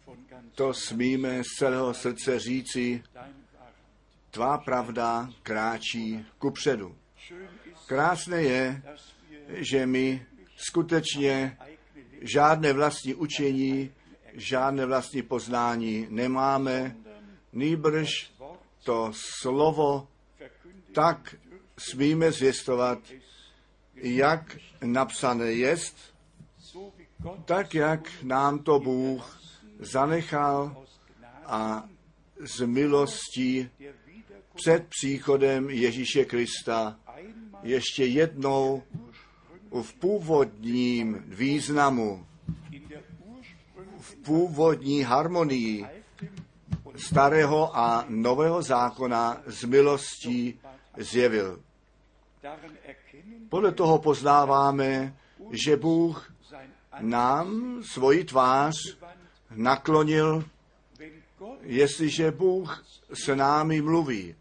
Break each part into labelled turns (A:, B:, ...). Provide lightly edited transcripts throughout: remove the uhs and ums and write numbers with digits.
A: to smíme z celého srdce říci, tvá pravda kráčí kupředu. Krásné je, že my skutečně žádné vlastní učení, žádné vlastní poznání nemáme, nýbrž to slovo tak smíme zvěstovat, jak napsané jest, tak jak nám to Bůh zanechal a z milostí před příchodem Ježíše Krista ještě jednou v původním významu, v původní harmonii starého a nového zákona z milostí zjevil. Podle toho poznáváme, že Bůh nám svoji tvář naklonil, jestliže Bůh s námi mluví.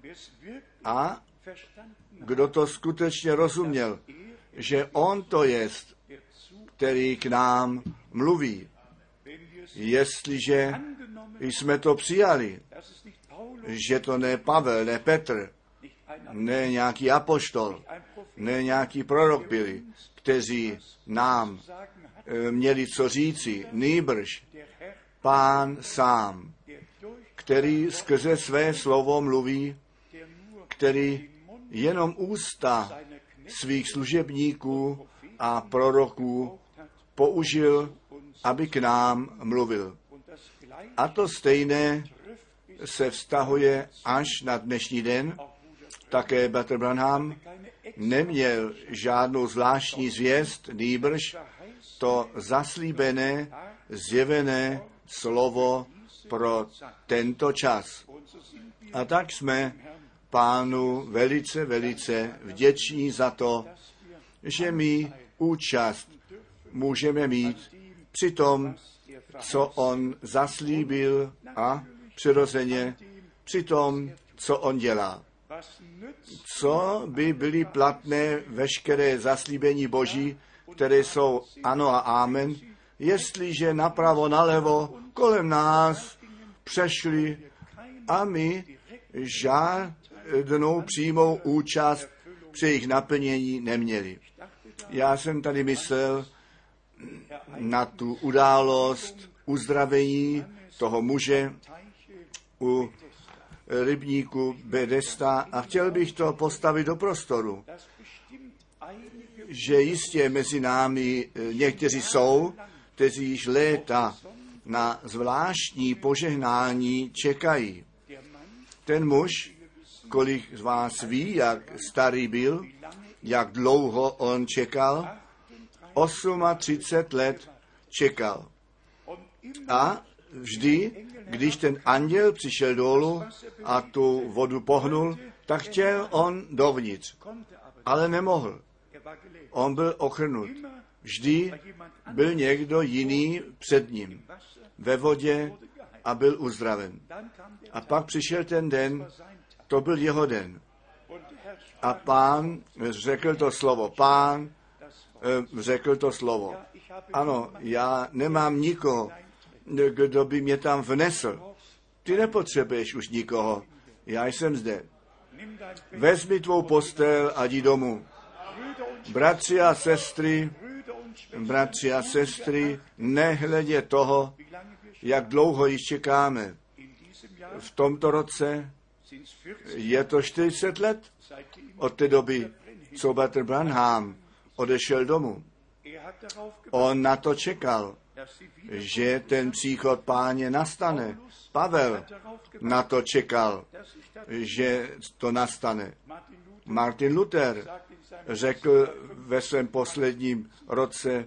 A: A kdo to skutečně rozuměl, že On to jest, který k nám mluví. Jestliže jsme to přijali, že to ne Pavel, ne Petr, ne nějaký apoštol, ne nějaký prorok byli, kteří nám měli co říci, nýbrž Pán sám, který skrze své slovo mluví, který jenom ústa svých služebníků a proroků použil, aby k nám mluvil. A to stejné se vztahuje až na dnešní den. Také bratr Branham neměl žádnou zvláštní zvěst, nýbrž to zaslíbené, zjevené slovo pro tento čas. A tak jsme Pánu velice, velice vděční za to, že my účast můžeme mít při tom, co on zaslíbil a přirozeně při tom, co on dělá. Co by byly platné veškeré zaslíbení Boží, které jsou ano a amen, jestliže napravo, nalevo, kolem nás přešli a my žádnou přímou účast při jejich naplnění neměli. Já jsem tady myslel na tu událost uzdravení toho muže u rybníku Bedesta a chtěl bych to postavit do prostoru, že jistě mezi námi někteří jsou, kteří již léta na zvláštní požehnání čekají. Ten muž, kolik z vás ví, jak starý byl, jak dlouho on čekal, 38 let čekal. A vždy, když ten anděl přišel dolů a tu vodu pohnul, tak chtěl on dovnitř, ale nemohl. On byl ochrnut. Vždy byl někdo jiný před ním ve vodě a byl uzdraven. A pak přišel ten den, to byl jeho den. A Pán řekl to slovo. Pán řekl to slovo. Ano, já nemám nikoho, kdo by mě tam vnesl. Ty nepotřebuješ už nikoho. Já jsem zde. Vezmi tvou postel a jdi domů. Bratři a sestry, nehledě toho, jak dlouho již čekáme. V tomto roce je to 40 let od té doby, co bratr Branham odešel domů. On na to čekal, že ten příchod Páně nastane. Pavel na to čekal, že to nastane. Martin Luther řekl ve svém posledním roce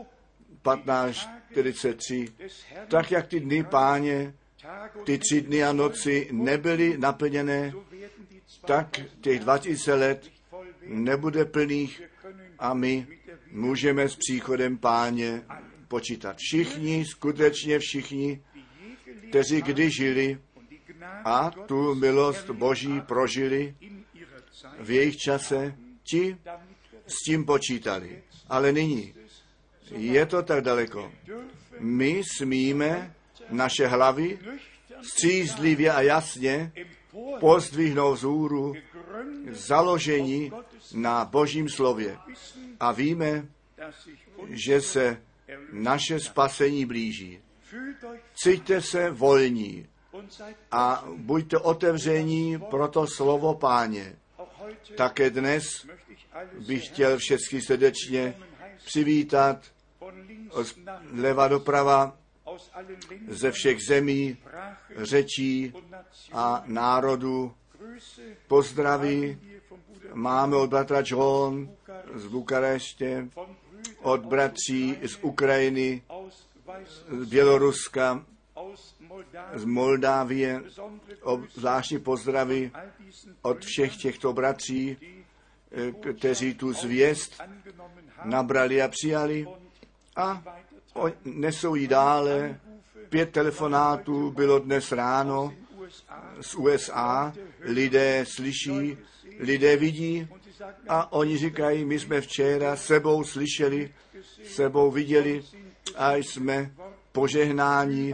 A: 1543, tak jak ty dny Páně, ty 3 dny a noci nebyly naplněné, tak těch 2000 let nebude plných a my můžeme s příchodem Páně počítat. Všichni, skutečně všichni, kteří kdy žili a tu milost Boží prožili v jejich čase, ti s tím počítali. Ale nyní je to tak daleko. My smíme naše hlavy střízlivě a jasně pozdvihnou vzhůru založení na Božím slově. A víme, že se naše spasení blíží. Cíťte se volní a buďte otevření pro to slovo Páně. Také dnes bych chtěl všechny srdečně přivítat zleva doprava ze všech zemí, řečí a národů. Pozdraví máme od bratra John z Bukareště, od bratří z Ukrajiny, z Běloruska, z Moldávie, zvláštní pozdraví od všech těchto bratří, kteří tu zvěst nabrali a přijali a nesou ji dále. 5 telefonátů bylo dnes ráno z USA, lidé slyší, lidé vidí a oni říkají, my jsme včera sebou slyšeli, sebou viděli a jsme požehnáni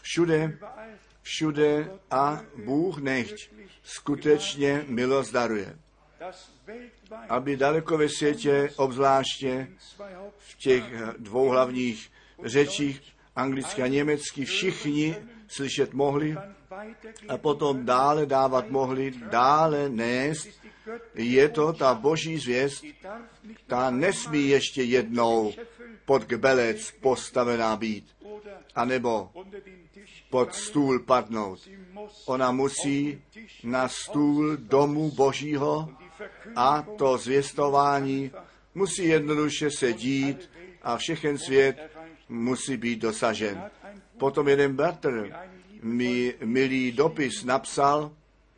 A: všude a Bůh nechť skutečně milost daruje. Aby daleko ve světě, obzvláště v těch 2 hlavních řečích, anglicky a německy, všichni slyšet mohli a potom dále dávat mohli, dále nést. Je to ta boží zvěst, ta nesmí ještě jednou pod kbelec postavená být, anebo pod stůl padnout. Ona musí na stůl domu Božího a to zvěstování musí jednoduše se dít a všechen svět musí být dosažen. Potom jeden bratr mi milý dopis napsal,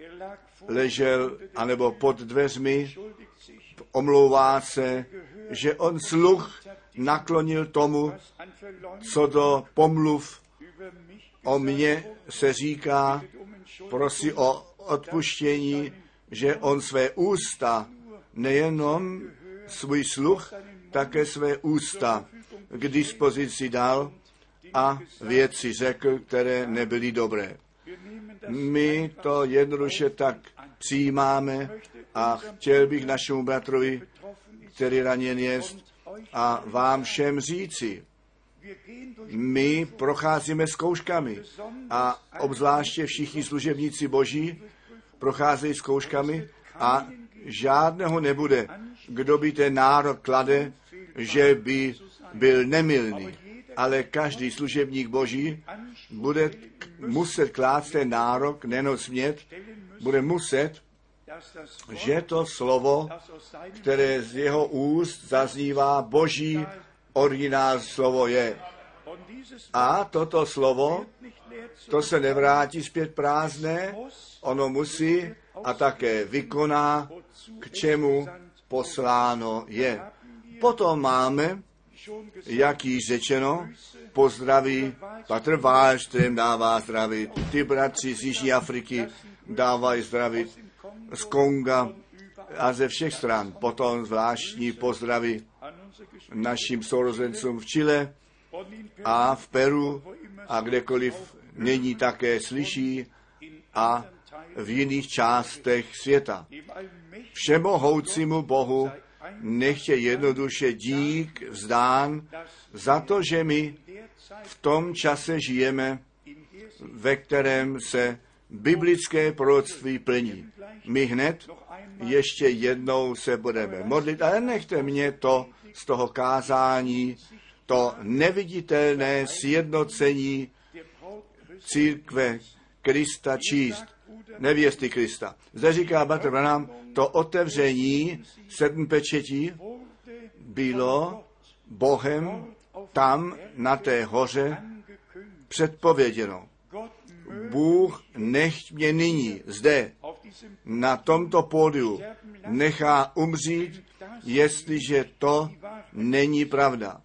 A: ležel anebo pod dveřmi, omlouvá se, že on sluch naklonil tomu, co do pomluv o mně se říká, prosí o odpuštění, že on své ústa, nejenom svůj sluch, také své ústa k dispozici dal a věci řekl, které nebyly dobré. My to jednoduše tak přijímáme a chtěl bych našemu bratrovi, který raněn je, a vám všem říci, my procházíme zkouškami a obzvláště všichni služebníci Boží procházejí zkouškami a žádného nebude, kdo by ten nárok klade, že by byl nemilný. Ale každý služebník Boží bude muset klást ten nárok, nejenom smět, bude muset, že to slovo, které z jeho úst zaznívá, Boží originální slovo je. A toto slovo, to se nevrátí zpět prázdné, ono musí a také vykoná, k čemu posláno je. Potom máme, jak již řečeno, pozdraví, Patr Wallström dává zdravit, ty bratři z Jižní Afriky dávají zdravit, z Konga a ze všech stran. Potom zvláštní pozdraví našim sourozencům v Chile a v Peru a kdekoliv nyní také slyší a v jiných částech světa. Všemohoucímu Bohu nechtě jednoduše dík vzdán za to, že my v tom čase žijeme, ve kterém se biblické proroctví plní. My hned ještě jednou se budeme modlit, ale nechte mě to z toho kázání, to neviditelné sjednocení církve Krista číst, nevěsty Krista. Zde říká Bratr Branham, to otevření 7 pečetí bylo Bohem tam na té hoře předpověděno. Bůh nechť mě nyní zde na tomto pódiu nechá umřít, jestliže to není pravda.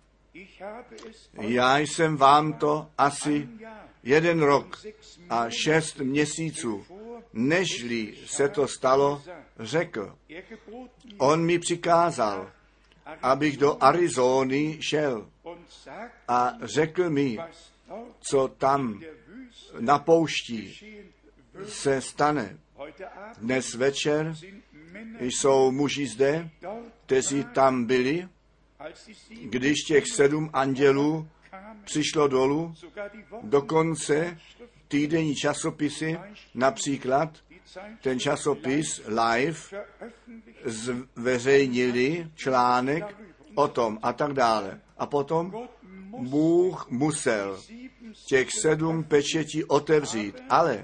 A: Já jsem vám to asi 1 rok a 6 měsíců, nežli se to stalo, řekl. On mi přikázal, abych do Arizony šel a řekl mi, co tam na poušti se stane. Dnes večer jsou muži zde, kteří tam byli, když těch 7 andělů přišlo dolů, dokonce týdenní časopisy, například ten časopis Life, zveřejnili článek o tom a tak dále. A potom Bůh musel těch 7 pečetí otevřít, ale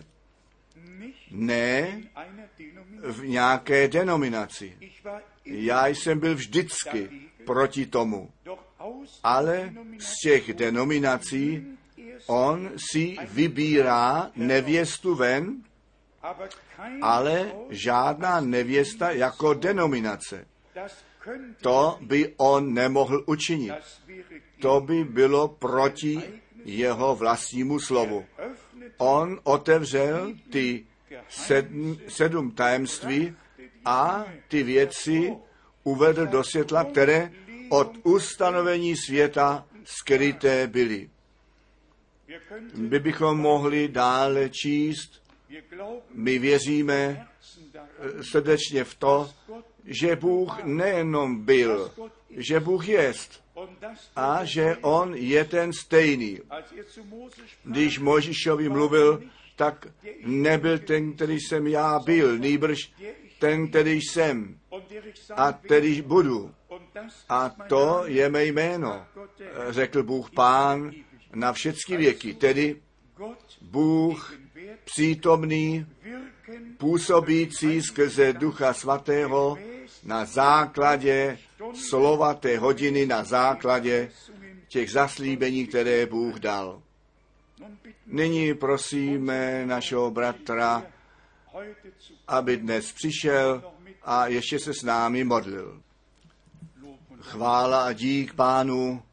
A: ne v nějaké denominaci. Já jsem byl vždycky proti tomu. Ale z těch denominací on si vybírá nevěstu ven, ale žádná nevěsta jako denominace. To by on nemohl učinit. To by bylo proti jeho vlastnímu slovu. On otevřel ty 7 tajemství a ty věci uvedl do světla, které od ustanovení světa skryté byly. My bychom mohli dále číst. My věříme srdečně v to, že Bůh nejenom byl, že Bůh jest a že on je ten stejný. Když Mojžíšovi mluvil, tak nebyl ten, který jsem já byl, nýbrž ten, který jsem a který budu. A to je mé jméno, řekl Bůh Pán na všechny věky, tedy Bůh přítomný, působící skrze Ducha Svatého na základě slova té hodiny, na základě těch zaslíbení, které Bůh dal. Nyní prosíme našeho bratra, aby dnes přišel a ještě se s námi modlil. Chvála a dík Pánu,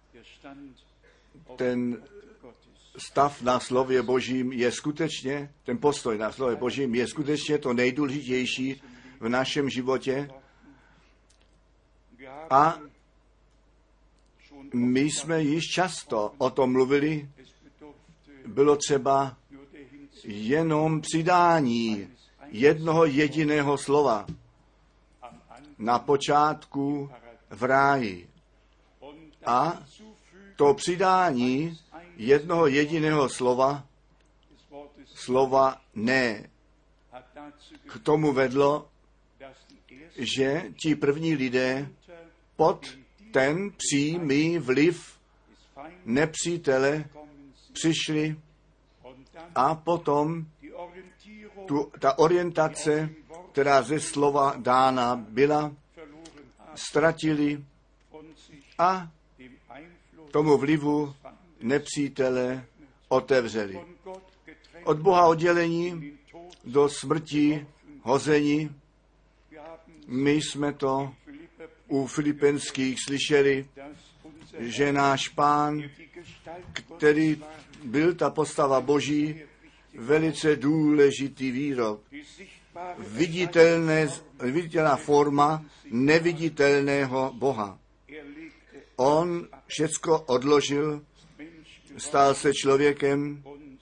A: ten stav na slově Božím je skutečně, ten postoj na slově Božím je skutečně to nejdůležitější v našem životě. A my jsme již často o tom mluvili, bylo třeba jenom přidání jednoho jediného slova na počátku v ráji. A to přidání jednoho jediného slova ne, k tomu vedlo, že ti první lidé pod ten přímý vliv nepřítele přišli a potom ta orientace, která ze slova dána byla, ztratili a tomu vlivu nepřítele otevřeli. Od Boha oddělení do smrti, hození. My jsme to u Filipenských slyšeli, že náš Pán, který byl ta postava Boží, velice důležitý výrok. Viditelná forma neviditelného Boha. On všecko odložil, stal se člověkem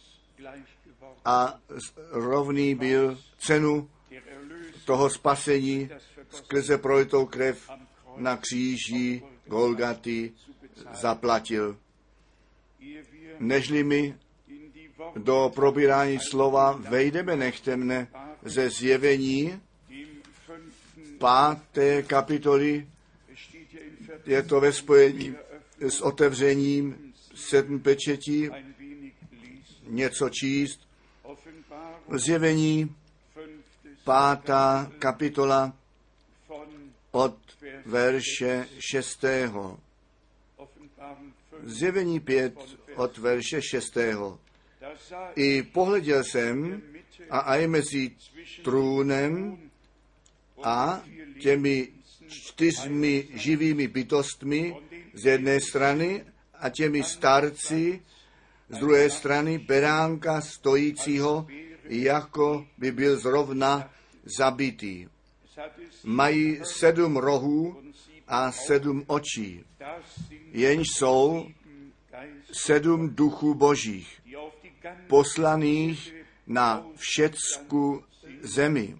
A: a rovný byl cenu toho spasení skrze prolitou krev na kříži Golgaty zaplatil. Nežli my do probírání slova vejdeme, nechte mne ze Zjevení 5. kapitoly, je to ve spojení s otevřením 7 pečetí, něco číst. Zjevení 5. kapitola od verše 6. Zjevení 5 od verše 6. I pohleděl jsem a aj mezi trůnem a těmi 4 živými bytostmi z jedné strany a těmi starci z druhé strany beránka stojícího, jako by byl zrovna zabitý. Mají 7 rohů a 7 očí, jenž jsou 7 duchů božích, poslaných na všecku zemi.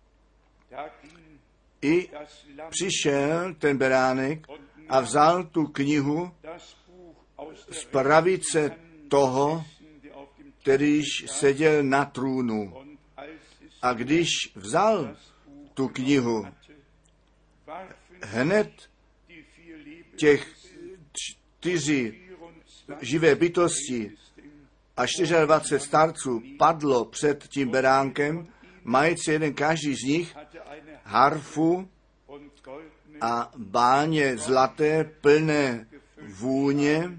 A: I přišel ten beránek a vzal tu knihu z pravice toho, kterýž seděl na trůnu. A když vzal tu knihu, hned těch 4 živé bytosti a 24 starců padlo před tím beránkem, mající jeden každý z nich harfu a báně zlaté plné vůně,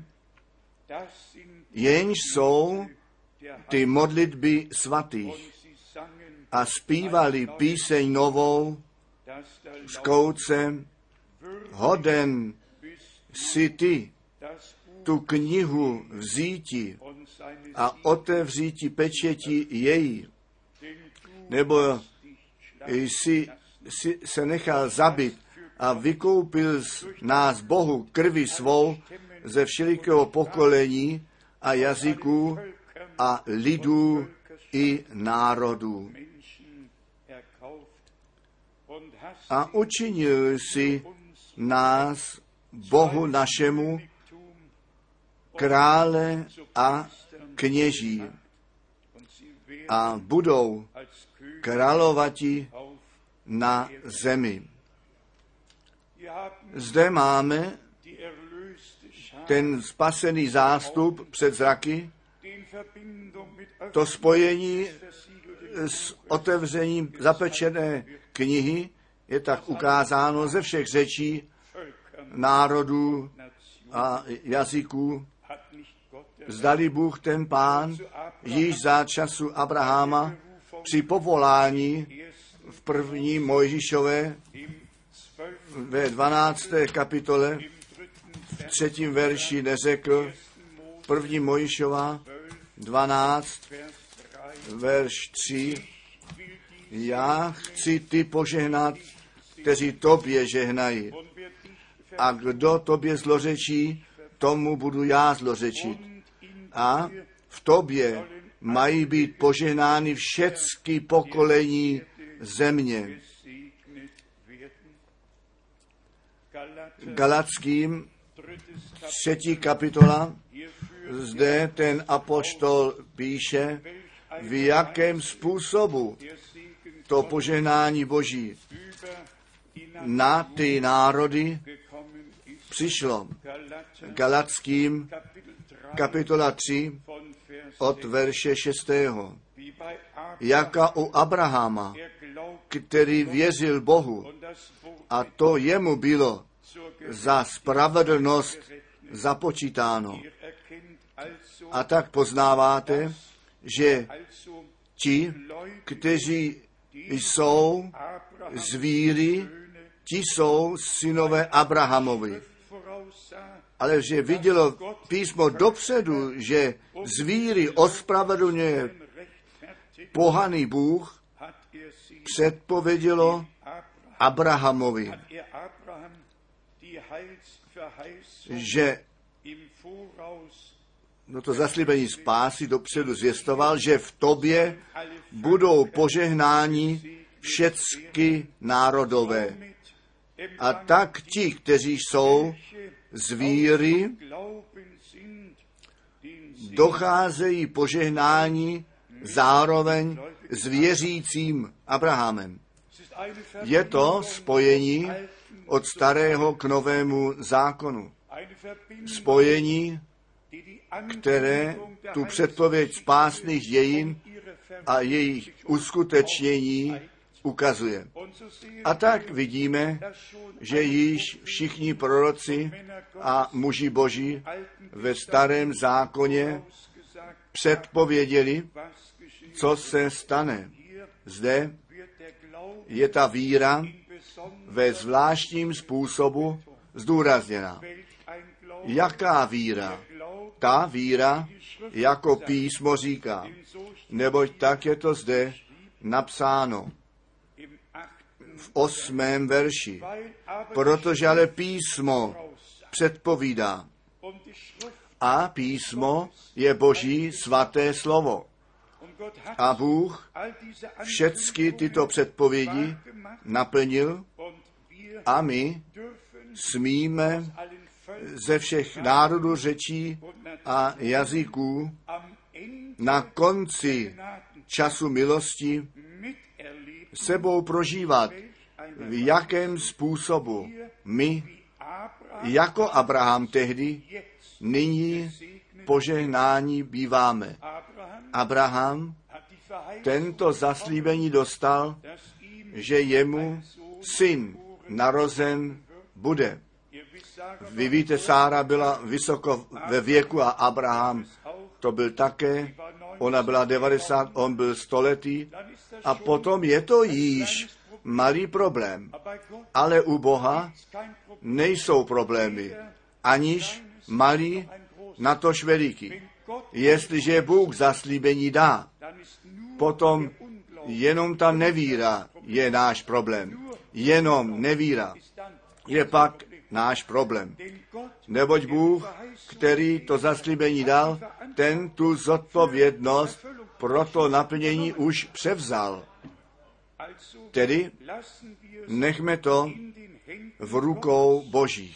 A: jenž jsou ty modlitby svatých. A zpívali píseň novou s koucem: hoden si ty tu knihu vzíti a otevříti pečeti její, nebo jsi se nechal zabit a vykoupil z nás Bohu krvi svou ze všelikého pokolení a jazyků a lidů i národů. A učinil si nás Bohu našemu krále a kněží a budou královati na zemi. Zde máme ten spasený zástup před zraky, to spojení s otevřením zapečené knihy je tak ukázáno ze všech řečí, národů a jazyků. Zdali Bůh ten Pán již za času Abrahama při povolání v 1. Mojžíšové ve 12. kapitole v 3. verši neřekl, 1. Mojžíšova 12, verš 3, já chci ty požehnat, kteří tobě žehnají. A kdo tobě zlořečí, tomu budu já zlořečit. A v tobě mají být požehnány všechny pokolení země. Galatským 3. kapitola, zde ten apoštol píše, v jakém způsobu to požehnání Boží na ty národy přišlo. Galatským kapitola 3 od verše 6. Jaka u Abrahama, který věřil Bohu, a to jemu bylo za spravedlnost započítáno. A tak poznáváte, že ti, kteří jsou z víry, ti jsou synové Abrahamovi. Ale že vidělo písmo dopředu, že z víry ospravedlňuje pohaný Bůh, předpovědělo Abrahamovi, že to zaslíbení spásy dopředu zvěstoval, že v tobě budou požehnáni všechny národové. A tak ti, kteří jsou z víry, docházejí požehnání zároveň s věřícím Abrahamem. Je to spojení od starého k novému zákonu. Spojení, které tu předpověď spásných dějin a jejich uskutečnění ukazuje. A tak vidíme, že již všichni proroci a muži boží ve starém zákoně předpověděli, co se stane. Zde je ta víra ve zvláštním způsobu zdůrazněna. Jaká víra? Ta víra, jako písmo říká, neboť tak je to zde napsáno v 8. verši. Protože ale písmo předpovídá A písmo je Boží svaté slovo. A Bůh všechny tyto předpovědi naplnil a my smíme ze všech národů, řečí a jazyků na konci času milosti sebou prožívat, v jakém způsobu my, jako Abraham tehdy, nyní požehnání býváme. Abraham tento zaslíbení dostal, že jemu syn narozen bude. Vy víte, Sára byla vysoko ve věku a Abraham to byl také. Ona byla 90, on byl 100letý. A potom je to již malý problém. Ale u Boha nejsou problémy. Aniž malý, natož veliký. Jestliže Bůh zaslíbení dá, potom jenom ta nevíra je náš problém. Jenom nevíra je pak náš problém. Neboť Bůh, který to zaslíbení dal, ten tu zodpovědnost pro to naplnění už převzal. Tedy nechme to v rukou Božích.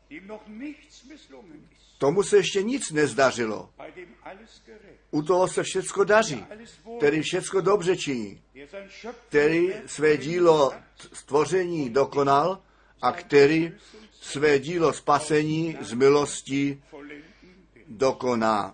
A: Tomu se ještě nic nezdařilo. U toho se všecko daří, který všecko dobře činí, který své dílo stvoření dokonal a který své dílo spasení z milostí dokoná.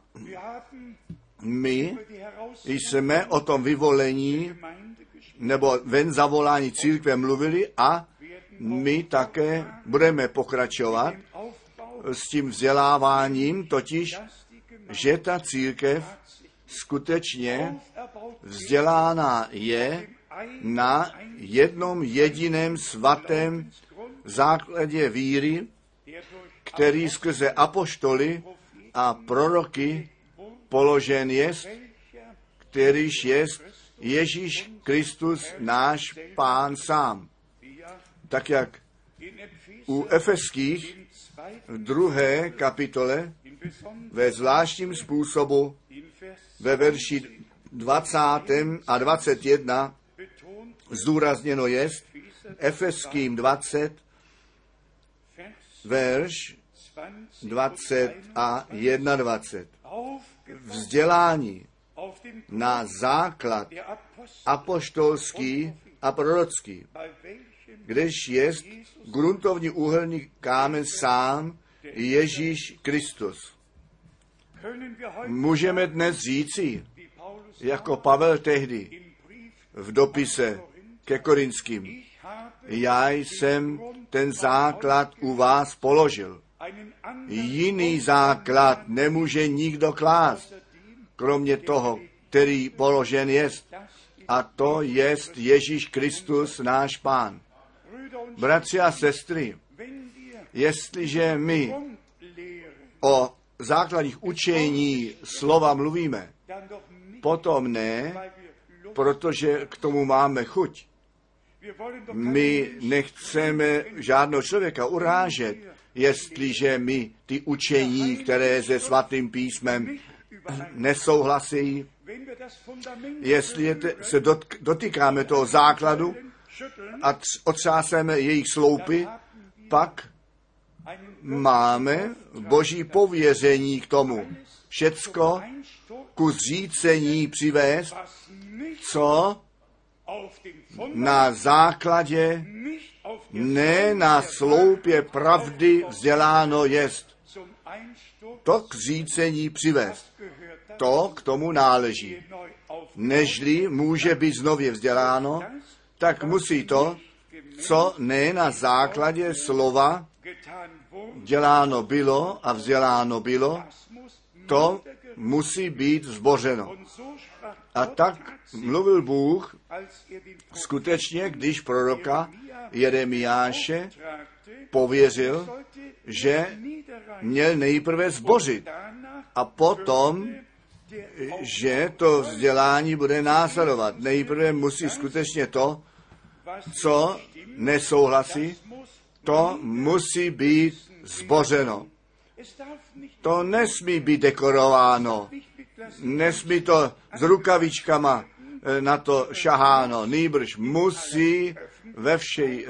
A: My jsme o tom vyvolení nebo ven zavolání církve mluvili a my také budeme pokračovat s tím vzděláváním, totiž, že ta církev skutečně vzdělána je na jednom jediném svatém základě víry, který skrze apoštoly a proroky položen jest, kterýž jest Ježíš Kristus, náš Pán sám. Tak jak u Efeských v 2. kapitole ve zvláštním způsobu ve verši 20. a 21 zdůrazněno jest, Efeským 20, verš 20 a 21. Vzdělání na základ apoštolský a prorocký, kdež jest gruntovní úhelný kámen sám Ježíš Kristus. Můžeme dnes říci, jako Pavel tehdy v dopise ke Korinským, já jsem ten základ u vás položil. Jiný základ nemůže nikdo klást, kromě toho, který položen jest, a to jest Ježíš Kristus, náš Pán. Bratři a sestry, jestliže my o základních učení slova mluvíme, potom ne, protože k tomu máme chuť. My nechceme žádného člověka urážet, jestliže my ty učení, které se svatým písmem nesouhlasí, jestli se dotýkáme toho základu a otřáseme jejich sloupy, pak máme Boží pověření k tomu. Všecko ku zřícení přivést, co na základě, ne na sloupě pravdy vzděláno jest. To k zřícení přivést. To k tomu náleží. Nežli může být znově vzděláno, tak musí to, co ne na základě slova děláno bylo a vzděláno bylo, to musí být zbořeno. A tak mluvil Bůh skutečně, když proroka Jeremiáše pověřil, že měl nejprve zbořit a potom, že to vzdělání bude následovat. Nejprve musí skutečně to, co nesouhlasí, to musí být zbořeno. To nesmí být dekorováno, nesmí to s rukavičkama na to šaháno, nýbrž musí ve všej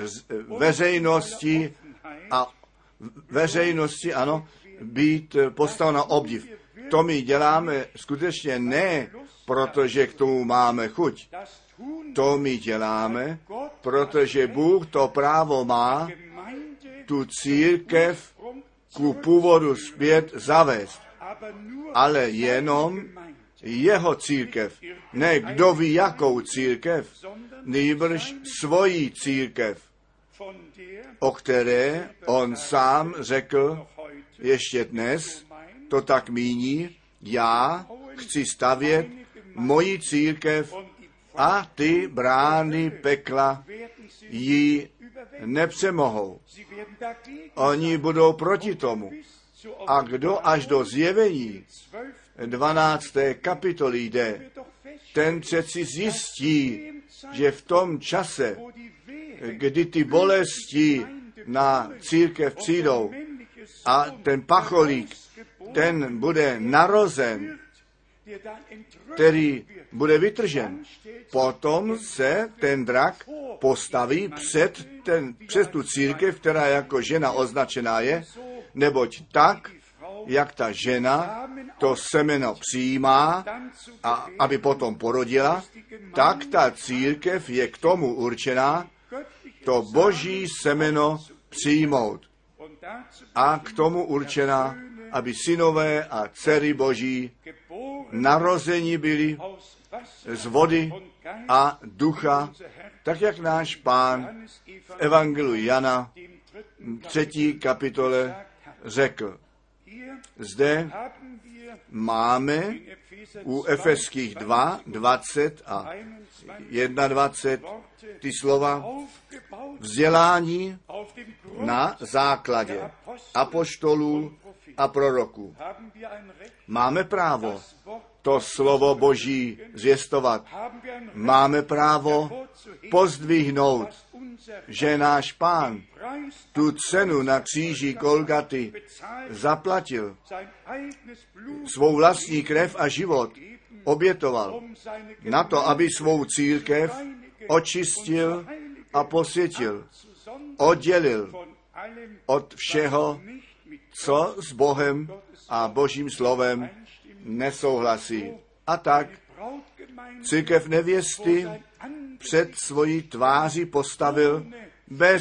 A: veřejnosti, ano, být postaven na obdiv. To my děláme skutečně ne, protože k tomu máme chuť. To my děláme, protože Bůh to právo má tu církev ku původu zpět zavést. Ale jenom jeho církev, ne kdo ví jakou církev, nýbrž svoji církev, o které on sám řekl ještě dnes, to tak míní, já chci stavět moji církev a ty brány pekla ji nepřemohou. Oni budou proti tomu. A kdo až do Zjevení 12. kapitoly jde, ten přeci zjistí, že v tom čase, kdy ty bolesti na církev přijdou a ten pacholík, ten bude narozen, který bude vytržen. Potom se ten drak postaví před tu církev, která jako žena označená je, neboť tak, jak ta žena to semeno přijímá, a aby potom porodila, tak ta církev je k tomu určená, to boží semeno přijmout. A k tomu určená, aby synové a dcery boží narození byli z vody a ducha, tak jak náš Pán v Evangeliu Jana 3. kapitole řekl. Zde máme u Efeských 2, 20 a 21 ty slova vzdělání na základě apoštolů a proroků. Máme právo to slovo Boží zvěstovat. Máme právo pozdvihnout, že náš Pán tu cenu na kříži Golgaty zaplatil. Svou vlastní krev a život obětoval na to, aby svou církev očistil a posvětil, oddělil od všeho, co s Bohem a Božím slovem nesouhlasí. A tak církev nevěsty před svojí tváří postavil bez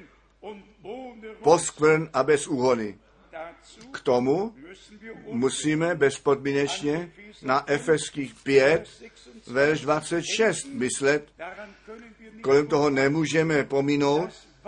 A: poskvrn a bez úhony. K tomu musíme bezpodmínečně na Efeských 5, verš 26 myslet. Kolem toho nemůžeme pominout.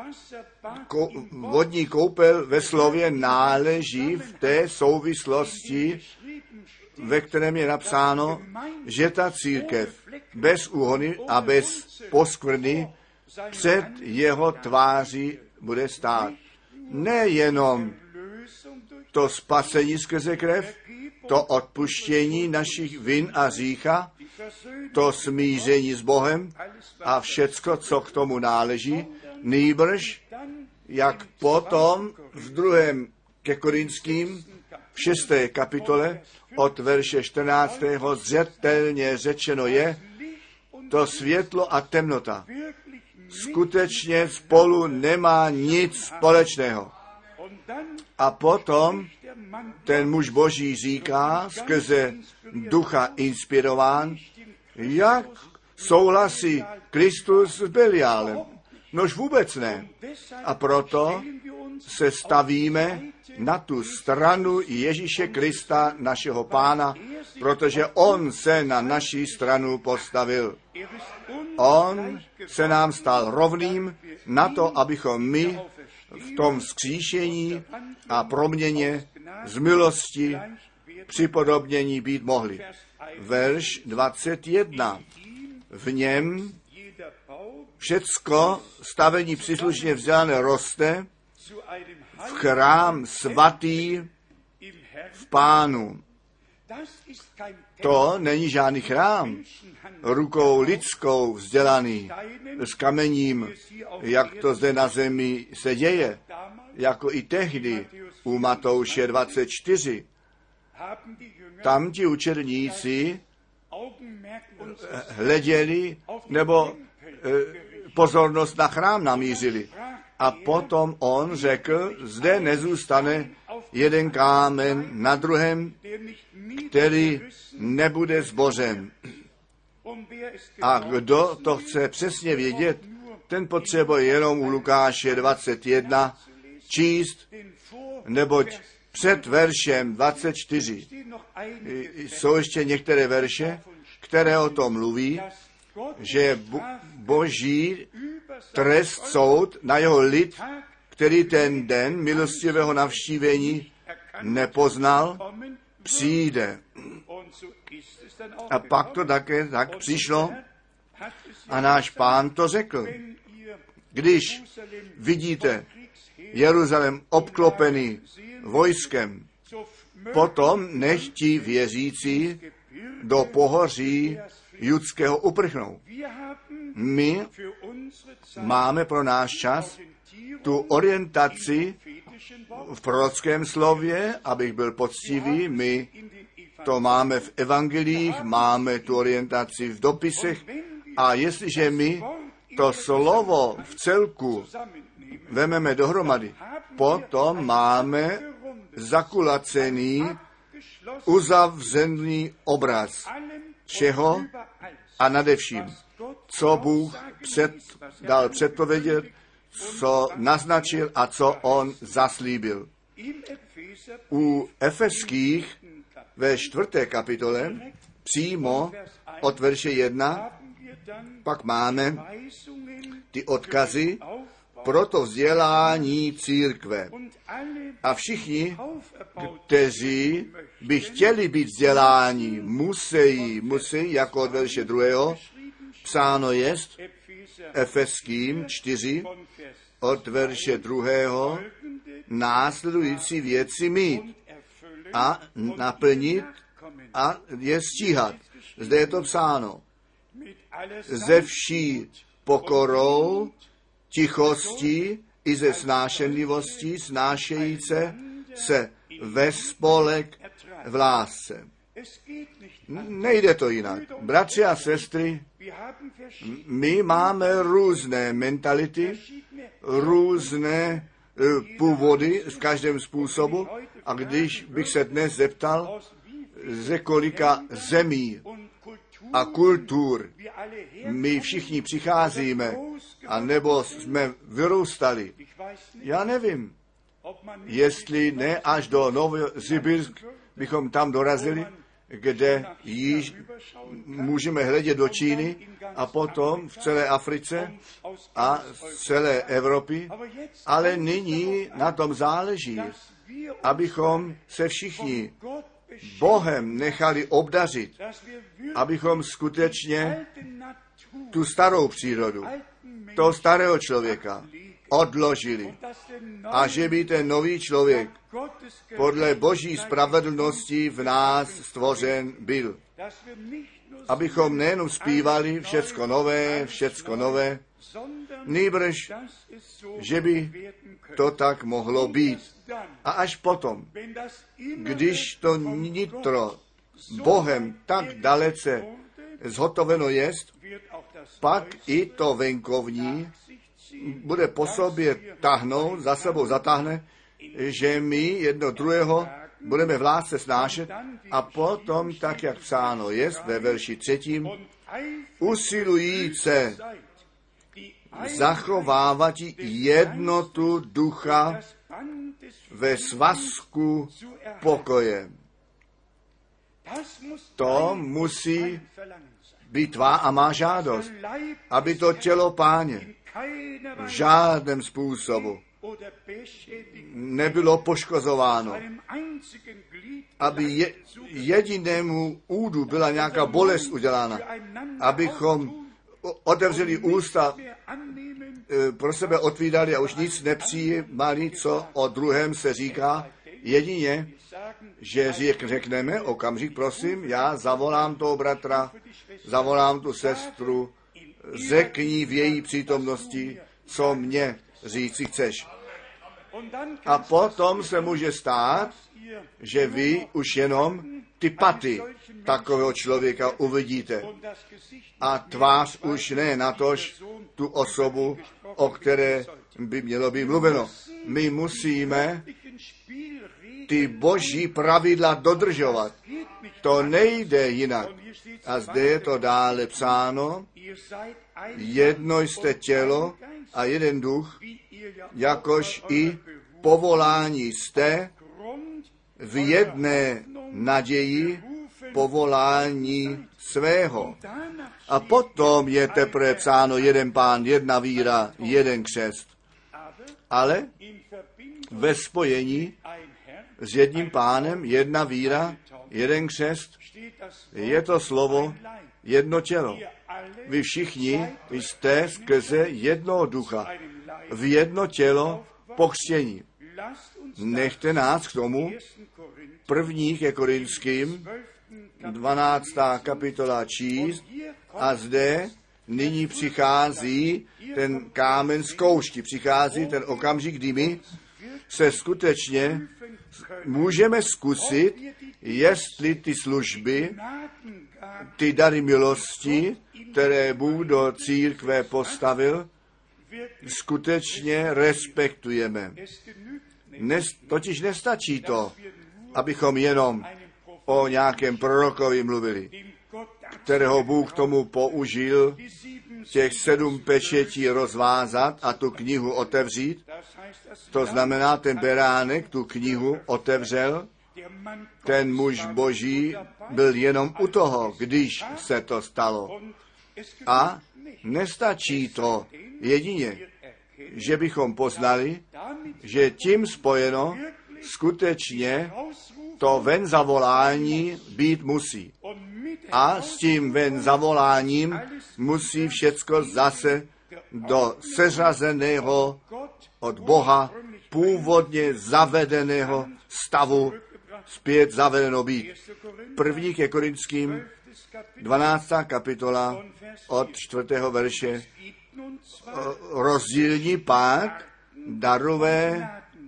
A: Vodní koupel ve slově náleží v té souvislosti, ve kterém je napsáno, že ta církev bez úhony a bez poskvrny před jeho tváří bude stát. Nejenom to spasení skrze krev, to odpuštění našich vin a hřícha, to smíření s Bohem a všecko, co k tomu náleží, nýbrž, jak potom v 2. ke Korinským v 6. kapitole od verše 14. zřetelně řečeno je, to světlo a temnota skutečně spolu nemá nic společného. A potom ten muž Boží říká skrze ducha inspirován, jak souhlasí Kristus s Beliálem. Nož vůbec ne. A proto se stavíme na tu stranu Ježíše Krista, našeho Pána, protože on se na naší stranu postavil. On se nám stal rovným na to, abychom my v tom vzkříšení a proměně z milosti připodobnění být mohli. Verš 21. V něm všecko stavení příslušně vzdělané roste v chrám svatý v Pánu. To není žádný chrám, rukou lidskou vzdělaný, s kamením, jak to zde na zemi se děje, jako i tehdy u Matouše 24. Tam ti učedníci hleděli nebo pozornost na chrám namířili. A potom on řekl, zde nezůstane jeden kámen na druhém, který nebude zbořen. A kdo to chce přesně vědět, ten potřebuje jenom u Lukáše 21 číst, neboť před veršem 24 jsou ještě některé verše, které o tom mluví, že boží trest, soud na jeho lid, který ten den milostivého navštívení nepoznal, přijde. A pak to také tak přišlo a náš Pán to řekl. Když vidíte Jeruzalém obklopený vojskem, potom nech ti věřící do pohoří judského uprchnou. My máme pro náš čas tu orientaci v prorockém slově, abych byl poctivý, my to máme v evangelích, máme tu orientaci v dopisech a jestliže my to slovo v celku vememe dohromady, potom máme zakulacený, uzavřený obraz všeho a nadevším, co Bůh dal předpovědět, co naznačil a co on zaslíbil. U Efeských ve 4. kapitole přímo od verše 1 pak máme ty odkazy pro to vzdělání církve. A všichni, kteří by chtěli být vzděláni, musí, jako od verše 2. psáno jest Efeským 4 od verše 2. následující věci mít a naplnit a je stíhat. Zde je to psáno. Ze vší pokorou, tichostí i ze snášenlivostí snášejíce se ve spolek v lásce. Nejde to jinak. Bratři a sestry, my máme různé mentality, různé původy v každém způsobu a když bych se dnes zeptal, ze kolika zemí a kultur my všichni přicházíme, a nebo jsme vyrůstali. Já nevím, jestli ne až do Novosibirsk bychom tam dorazili, kde již můžeme hledět do Číny a potom v celé Africe a z celé Evropy, ale nyní na tom záleží, abychom se všichni Bohem nechali obdařit, abychom skutečně tu starou přírodu, toho starého člověka odložili a že by ten nový člověk podle Boží spravedlnosti v nás stvořen byl. Abychom nejenom zpívali všecko nové, nýbrž, že by to tak mohlo být. A až potom, když to nitro Bohem tak dalece zhotoveno jest, pak i to venkovní bude po sobě tahnout, za sebou zatáhne, že my jedno druhého budeme v lásce snášet a potom, tak jak psáno jest ve verši 3, usilujíce zachovávat jednotu ducha ve svazku pokoje. To musí být tvá a má žádost, aby to tělo Páně v žádném způsobu nebylo poškozováno, aby jedinému údu byla nějaká bolest udělána, abychom otevřeli ústa, pro sebe otvírali a už nic nepřijímali, co o druhém se říká. Jedině že řekneme, okamžik prosím, já zavolám toho bratra, zavolám tu sestru, řekni v její přítomnosti, co mě říci chceš. A potom se může stát, že vy už jenom ty paty takového člověka uvidíte. A tvář už ne natož tu osobu, o které by mělo být mluveno. My musíme ty boží pravidla dodržovat. To nejde jinak. A zde je to dále psáno, jedno jste tělo a jeden duch, jakož i povolání jste v jedné naději povolání svého. A potom je teprve psáno jeden pán, jedna víra, jeden křest. Ale ve spojení s jedním pánem, jedna víra, jeden křest, je to slovo jedno tělo. Vy všichni jste skrze jednoho ducha v jedno tělo pokřtění. Nechte nás k tomu 1. ke Korinským 12. kapitola číst a zde nyní přichází ten kámen zkoušky, přichází ten okamžik, kdy my se skutečně můžeme zkusit, jestli ty služby, ty dary milosti, které Bůh do církve postavil, skutečně respektujeme. Totiž nestačí to, abychom jenom o nějakém prorokovi mluvili, kterého Bůh tomu použil těch 7 pečetí rozvázat a tu knihu otevřít. To znamená, ten beránek tu knihu otevřel, ten muž boží byl jenom u toho, když se to stalo. A nestačí to jedině, že bychom poznali, že tím spojeno skutečně to ven zavolání být musí. A s tím ven zavoláním musí všecko zase do seřazeného od Boha původně zavedeného stavu zpět zavedeno být. 1. ke Korinským 12. kapitola od 4. verše. Rozdílní pak darové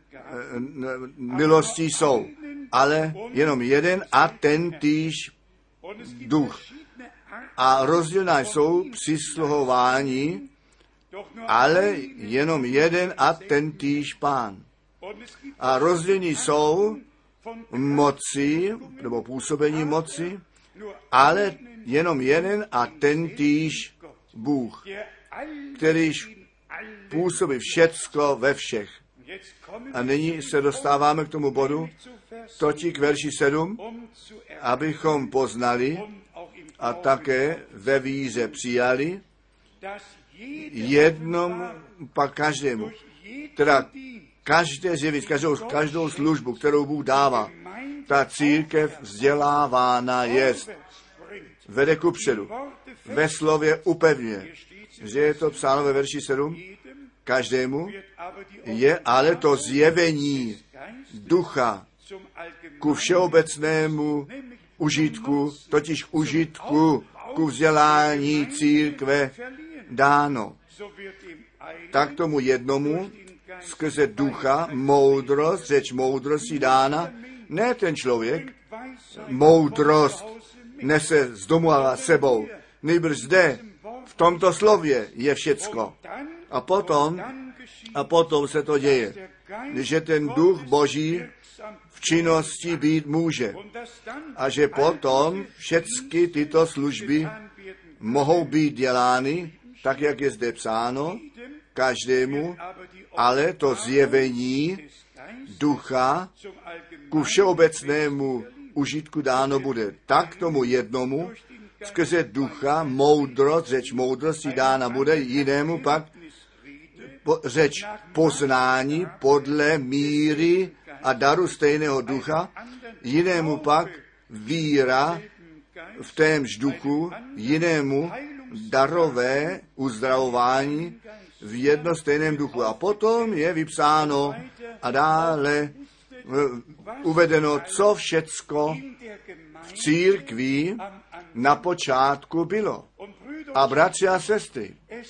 A: milosti jsou, ale jenom jeden a ten týž duch. A rozdílná jsou přisluhování, ale jenom jeden a ten týž pán. A rozdílní jsou moci, nebo působení moci, ale jenom jeden a ten týž Bůh, kterýž působí všecko ve všech. A nyní se dostáváme k tomu bodu, totiž k verši 7, abychom poznali a také ve víře přijali jednom pak každému. Teda každé zjevit, každou službu, kterou Bůh dává, ta církev vzdělávána jest, vede kupředu, ve slově upevňuje, že je to psáno ve verši 7, každému je ale to zjevení ducha ku všeobecnému užitku, totiž užitku ku vzdělání církve dáno. Tak tomu jednomu skrze ducha moudrost, řeč moudrosti dána, ne ten člověk, moudrost nese z domu a sebou, nejbrž zde, v tomto slově je všecko. A potom se to děje, že ten duch Boží v činnosti být může. A že potom všechny tyto služby mohou být dělány, tak jak je zde psáno, každému, ale to zjevení ducha ku všeobecnému užitku dáno bude. Tak tomu jednomu skrze ducha moudrost, řeč moudrosti dána bude, jinému pak řeč poznání podle míry a daru stejného ducha, jinému pak víra v témž duchu, jinému darové uzdravování v jedno stejném duchu. A potom je vypsáno a dále uvedeno, co všecko v církvi na počátku bylo. A bratři a sestry,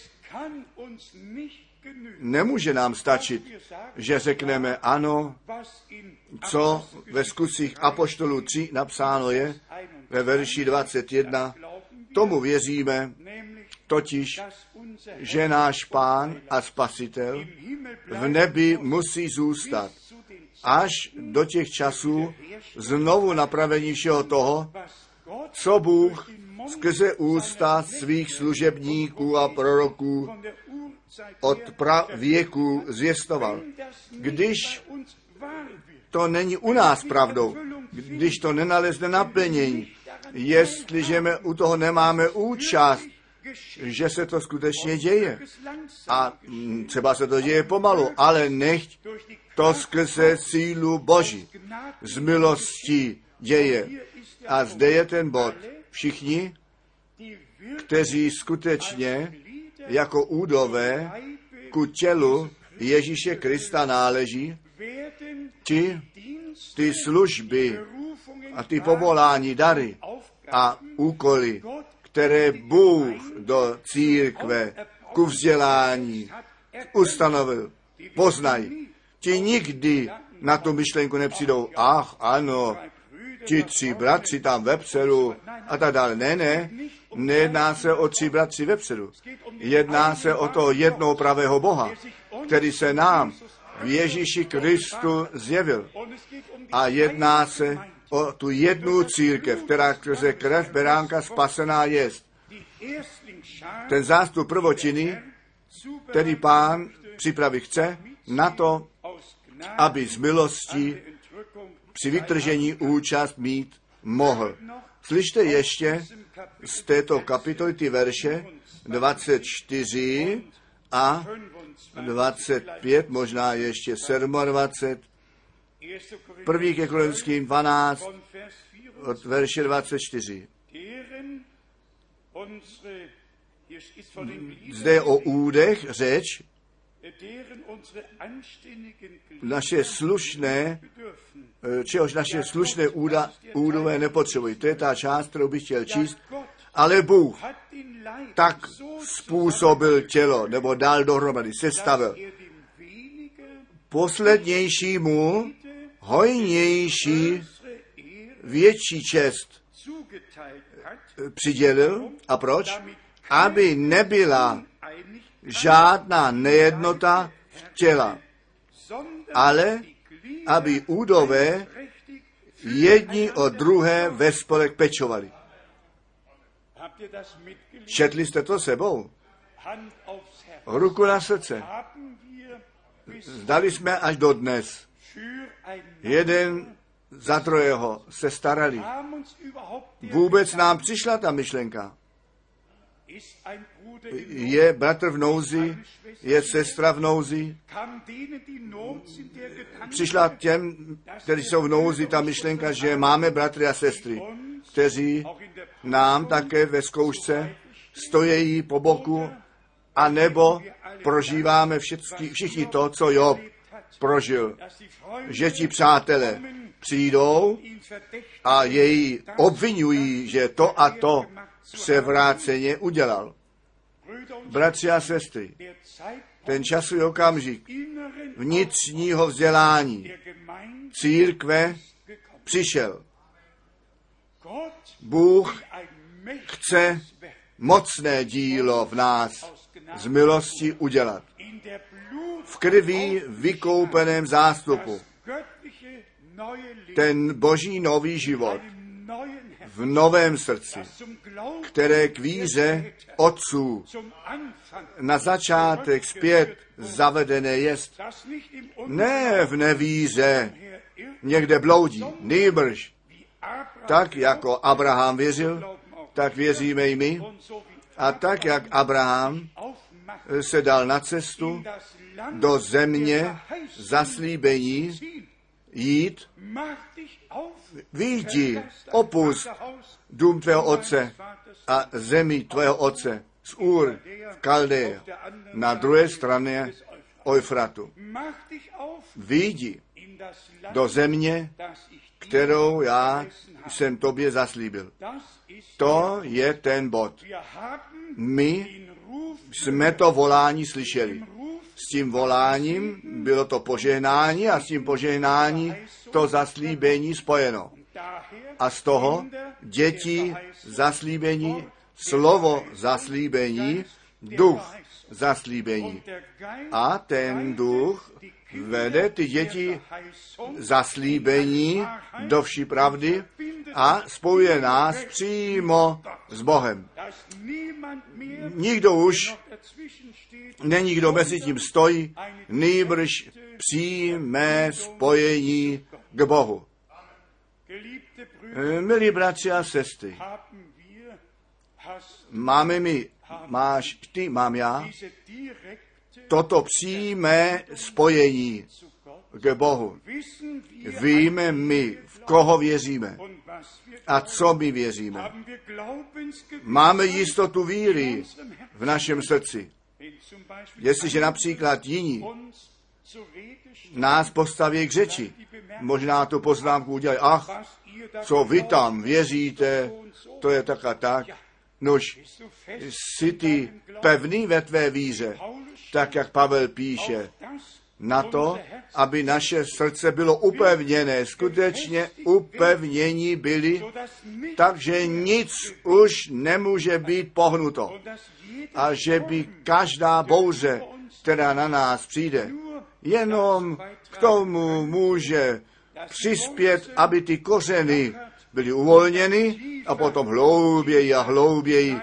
A: nemůže nám stačit, že řekneme ano, co ve Skutcích apoštolů 3 napsáno je, ve verši 21, tomu věříme, totiž, že náš Pán a Spasitel v nebi musí zůstat až do těch časů znovu napravení všeho toho, co Bůh skrze ústa svých služebníků a proroků od pravěku zvěstoval. Když to není u nás pravdou, když to nenalezne naplnění, jestliže my u toho nemáme účast, že se to skutečně děje. A třeba se to děje pomalu, ale nechť to skrze sílu Boží z milostí děje. A zde je ten bod. Všichni, kteří skutečně jako údové ku tělu Ježíše Krista náleží, ty služby a ty povolání, dary a úkoly, které Bůh do církve ku vzdělání ustanovil, poznají. Ti nikdy na tu myšlenku nepřijdou, ach ano, ti 3 bratři tam vepředu a tak dále. Ne, nejedná se o 3 bratři vepředu. Jedná se o toho jednoho pravého Boha, který se nám v Ježíši Kristu zjevil. A jedná se o tu jednu církev, která skrze krev beránka spasená jest. Ten zástup prvotiny, který Pán připravit chce, na to, aby z milosti při vytržení účast mít mohl. Slyšte ještě z této kapitoly ty verše 24 a 25, možná ještě 27, 1. Korinským 12, od verše 24. Zde je o údech řeč, naše slušné, čehož naše slušné údové nepotřebují. To je ta část, kterou bych chtěl číst. Ale Bůh tak způsobil tělo, nebo dal dohromady, sestavil poslednějšímu hojnější větší čest přidělil. A proč? Aby nebyla žádná nejednota těla, ale aby údové jedni o druhé ve spolek pečovali. Četli jste to sebou? Ruku na srdce. Zdali jsme až do dnes. Jeden za druhého se starali. Vůbec nám přišla ta myšlenka. Je bratr v nouzi, je sestra v nouzi. Přišla těm, kteří jsou v nouzi, ta myšlenka, že máme bratry a sestry, kteří nám také ve zkoušce stojí po boku, a nebo prožíváme všichni to, co Job prožil. Že ti přátelé přijdou a jej obvinují, že to a to převráceně udělal. Bratři a sestry, ten časový okamžik vnitřního vzdělání církve přišel. Bůh chce mocné dílo v nás z milosti udělat. V krví vykoupeném zástupu. Ten boží nový život v novém srdci, které k víře otců na začátek zpět zavedené jest. Ne v nevíře někde bloudí, nýbrž tak, jako Abraham věřil, tak věříme i my. A tak, jak Abraham se dal na cestu do země zaslíbení jít, vyjdi, opust dům tvého otce a zemi tvého otce z Ur v Kaldeje na druhé straně Eufratu. Vyjdi do země, kterou já jsem tobě zaslíbil. To je ten bod. My jsme to volání slyšeli. S tím voláním bylo to požehnání a s tím požehnání to zaslíbení spojeno. A z toho děti zaslíbení, slovo zaslíbení, duch zaslíbení. A ten duch vede ty děti zaslíbení do vší pravdy a spojuje nás přímo s Bohem. Nikdo už není, kdo mezi tím stojí, nýbrž přímé spojení k Bohu. Milí bratři a sestry, máme my, máš ty, mám já, toto přímé spojení k Bohu. Víme my, v koho věříme a co my věříme. Máme jistotu víry v našem srdci. Jestliže například jiní nás postaví k řeči, možná tu poznámku udělají, ach, co vy tam věříte, to je tak a tak. Nož, jsi ty pevný ve tvé víře, tak jak Pavel píše, na to, aby naše srdce bylo upevněné, skutečně upevnění byli, takže nic už nemůže být pohnuto. A že by každá bouře, která na nás přijde, jenom k tomu může přispět, aby ty kořeny byly uvolněny a potom hlouběji a hlouběji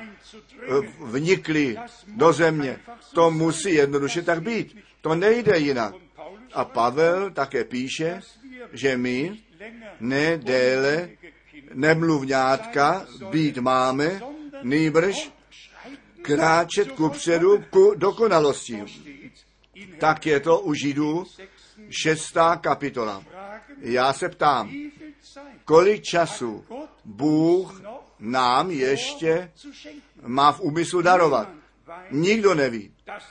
A: vnikly do země. To musí jednoduše tak být. To nejde jinak. A Pavel také píše, že my ne déle nemluvňátka být máme, nýbrž kráčet kupředu ku dokonalosti. Tak je to u Židů 6. kapitola. Já se ptám, kolik času Bůh nám ještě má v úmyslu darovat. Nikdo neví.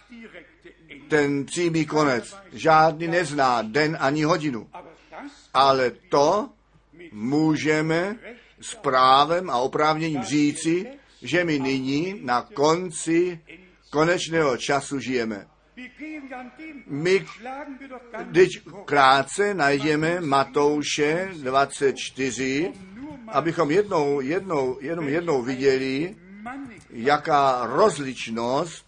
A: Ten přímý konec. Žádný nezná den ani hodinu. Ale to můžeme s právem a oprávněním říci, že my nyní na konci konečného času žijeme. My když krátce najdeme Matouše 24, abychom jednou viděli, jaká rozličnost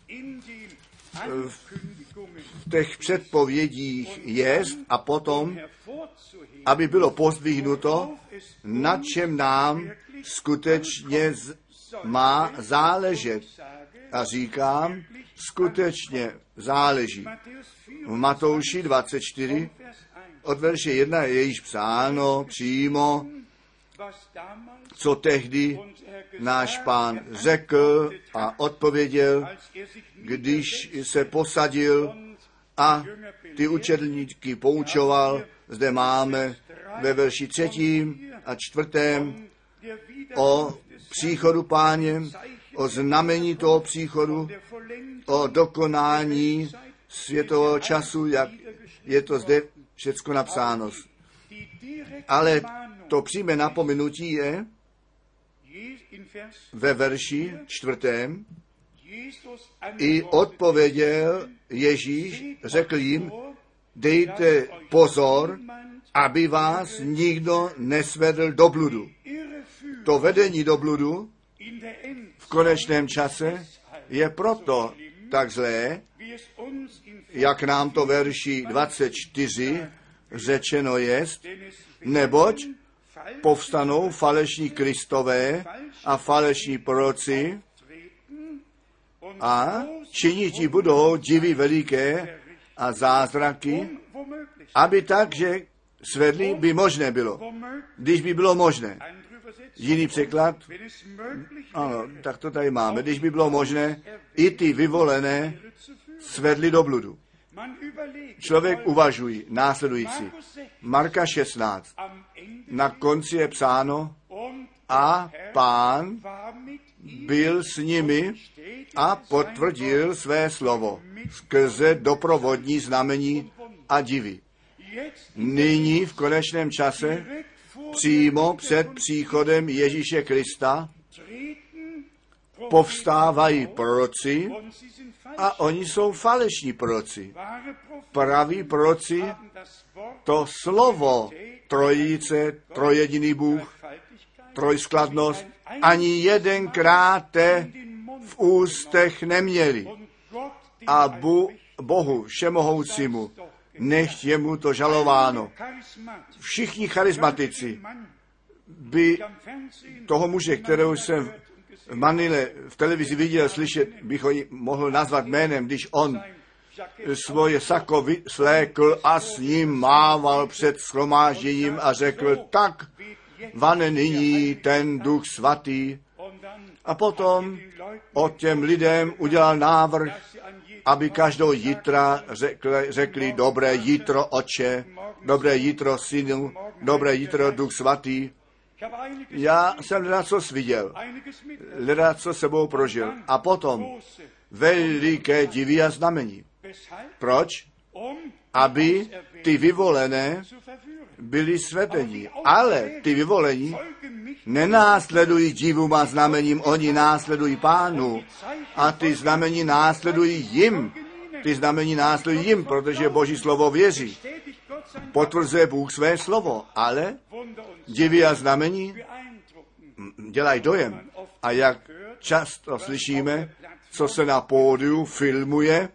A: v těch předpovědích jest a potom, aby bylo pozdvihnuto, na čem nám skutečně má záležet. A říkám, skutečně záleží. V Matouši 24 od verše 1 je již psáno přímo, co tehdy náš Pán řekl a odpověděl, když se posadil a ty učedlníky poučoval. Zde máme ve verši 3. a 4. o příchodu Páně, o znamení toho příchodu, o dokonání světového času, jak je to zde všecko napsáno. Ale to přímé napomenutí je ve verši 4. I odpověděl Ježíš, řekl jim, dejte pozor, aby vás nikdo nesvedl do bludu. To vedení do bludu v konečném čase je proto tak zlé, jak nám to verši 24 řečeno jest, neboť povstanou falešní Kristové a falešní proroci a činiti budou divy veliké a zázraky, aby tak, že svedli by možné bylo. Když by bylo možné. Jiný překlad, ano, tak to tady máme. Když by bylo možné, i ty vyvolené svedli do bludu. Člověk uvažuje následující. Marka 16. Na konci je psáno, a Pán byl s nimi a potvrdil své slovo skrze doprovodní znamení a divy. nyní v konečném čase přímo před příchodem Ježíše Krista povstávají proroci a oni jsou falešní proroci. Praví proroci to slovo trojice, trojjediný Bůh, trojskladnost ani jedenkrát v ústech neměli. A Bohu všemohoucímu nechť je mu to žalováno. Všichni charismatici by toho muže, kterého jsem v Manile v televizi viděl, slyšet, bych ho mohl nazvat jménem, když on svoje sako svlékl a s ním mával před shromážděním a řekl, tak vane nyní ten Duch Svatý. A potom od těm lidem udělal návrh, aby každou jitra řekli dobré jitro Otče, dobré jitro Synu, dobré jitro Duch Svatý. Já jsem ledacos viděl, ledacos sebou prožil. A potom veliké divy a znamení. Proč? Aby ty vyvolené byli svetení. Ale ty vyvolení nenásledují divům a znamením, oni následují Pánu. A ty znamení následují jim. Ty znamení následují jim, protože Boží slovo věří. Potvrzuje Bůh své slovo, ale divy a znamení dělají dojem. A jak často slyšíme, co se na pódiu filmuje,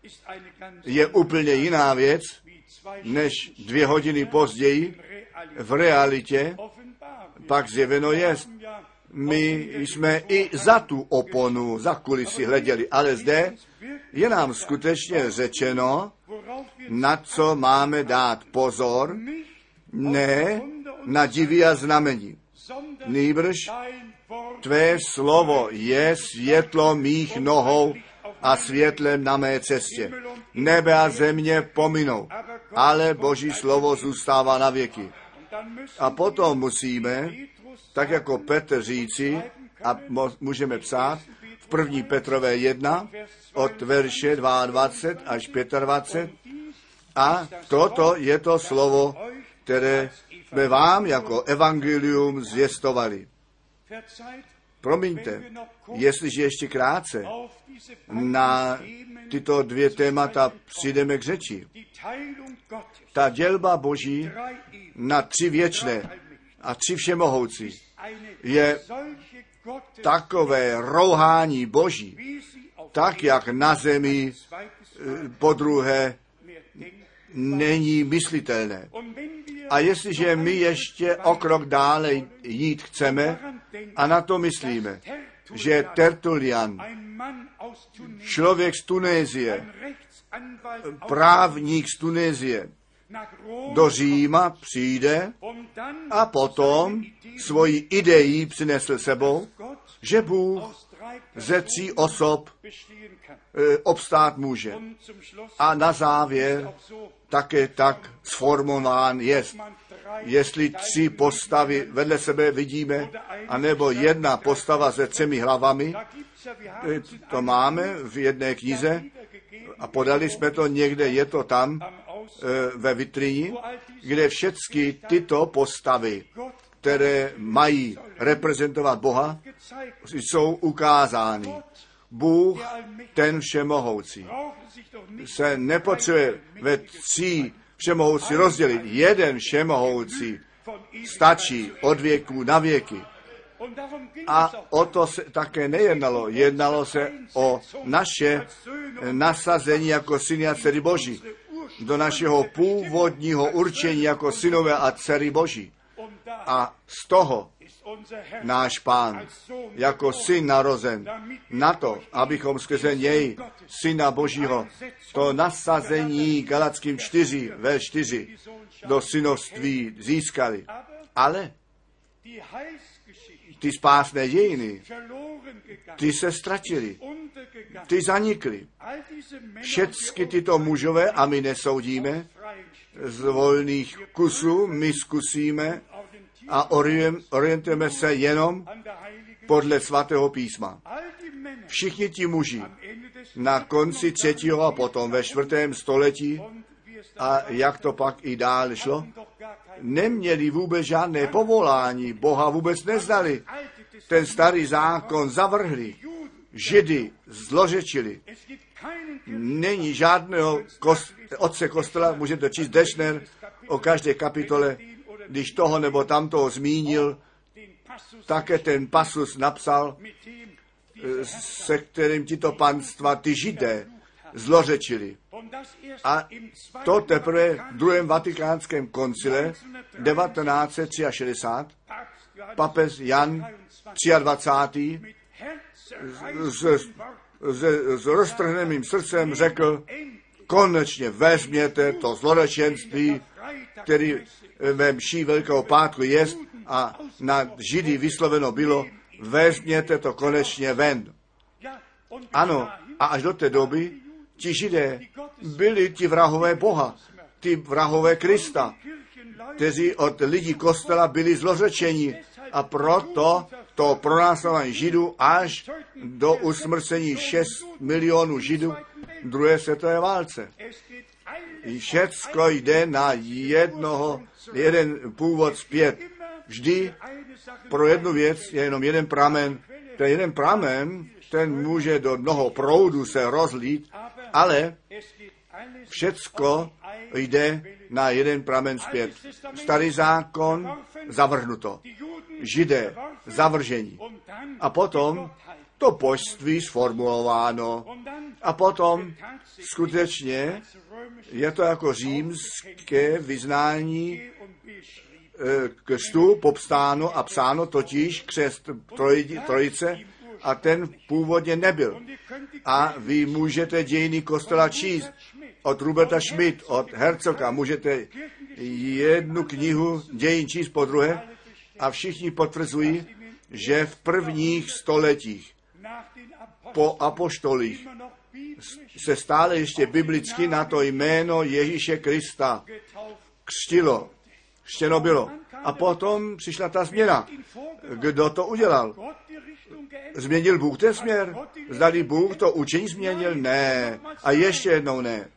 A: je úplně jiná věc, než 2 hodiny později v realitě pak zjeveno jest. My jsme i za tu oponu, za kulisy hleděli, ale zde je nám skutečně řečeno, na co máme dát pozor, ne na divy a znamení. Nýbrž tvé slovo je světlo mých nohou a světlem na mé cestě. Nebe a země pominou, ale Boží slovo zůstává na věky. A potom musíme, tak jako Petr říci, a můžeme psát v 1. Petrové 1 od verše 22 až 25. A toto je to slovo, které jsme vám jako evangelium zvěstovali. Promiňte, jestliže ještě krátce na tyto 2 témata přijdeme k řeči. Ta dělba Boží na 3 věčné a 3 všemohoucí je takové rouhání Boží, tak jak na zemi podruhé není myslitelné. A jestliže my ještě o krok dále jít chceme a na to myslíme, že Tertullian, člověk z Tunézie, právník z Tunézie, do Říma přijde a potom svoji ideí přinesl sebou, že Bůh ze 3 osob obstát může. A na závěr také tak sformulován jest. Jestli 3 postavy vedle sebe vidíme, anebo 1 postava se 3 hlavami, to máme v jedné knize a podali jsme to někde, je to tam ve vitríně, kde všechny tyto postavy, které mají reprezentovat Boha, jsou ukázány. Bůh, ten všemohoucí, se nepotřebuje ve 3 všemohoucí rozdělit. Jeden všemohoucí stačí od věku na věky. A o to se také nejednalo. Jednalo se o naše nasazení jako syny a dcery Boží. Do našeho původního určení jako synové a dcery Boží. A z toho náš Pán jako syn narozen na to, abychom skrze něj, syna Božího, to nasazení Galatským 4, ve 4 do synovství získali. Ale ty spásné dějiny, ty se ztratily, ty zanikly. Všechny tyto mužové, a my nesoudíme, z volných kusů my zkusíme a orientujeme se jenom podle svatého písma. Všichni ti muži na konci 3. a potom ve 4. století A jak to pak i dál šlo? Neměli vůbec žádné povolání, Boha vůbec neznali. Ten starý zákon zavrhli, Židy zlořečili. Není žádného otce kostela, můžete číst Dešner o každé kapitole, když toho nebo tamtoho zmínil, také ten pasus napsal, se kterým tito panstva, ty Židé, zlořečili. A to teprve v druhém vatikánském koncile 1963 papež Jan 23. s roztrhneným srdcem řekl, konečně vezměte to zlorečenství, který ve mši Velkého pátku jest a na Židy vysloveno bylo, vezměte to konečně ven. Ano, a až do té doby ti Židé byli ti vrahové Boha, ti vrahové Krista, kteří od lidí kostela byli zlořečeni a proto to pronásledování Židů až do usmrcení 6 milionů Židů v druhé světové válce. Všecko jde na jeden původ zpět. Vždy pro jednu věc je jenom jeden pramen. Ten jeden pramen, ten může do mnoho proudů se rozlít, ale všecko jde na jeden pramen zpět. Starý zákon zavrhnuto. Židé zavržení. A potom to božství sformulováno. A potom skutečně je to jako římské vyznání křtu popsáno a psáno, totiž křest trojice, a ten původně nebyl. A vy můžete dějiny kostela číst od Roberta Schmidt, od Herzoga, můžete jednu knihu dějin číst po druhé a všichni potvrzují, že v prvních stoletích po apoštolích se stále ještě biblicky na to jméno Ježíše Krista křtěno bylo. A potom přišla ta změna. Kdo to udělal? Změnil Bůh ten směr? Zdali Bůh to učení změnil? Ne. A ještě jednou ne.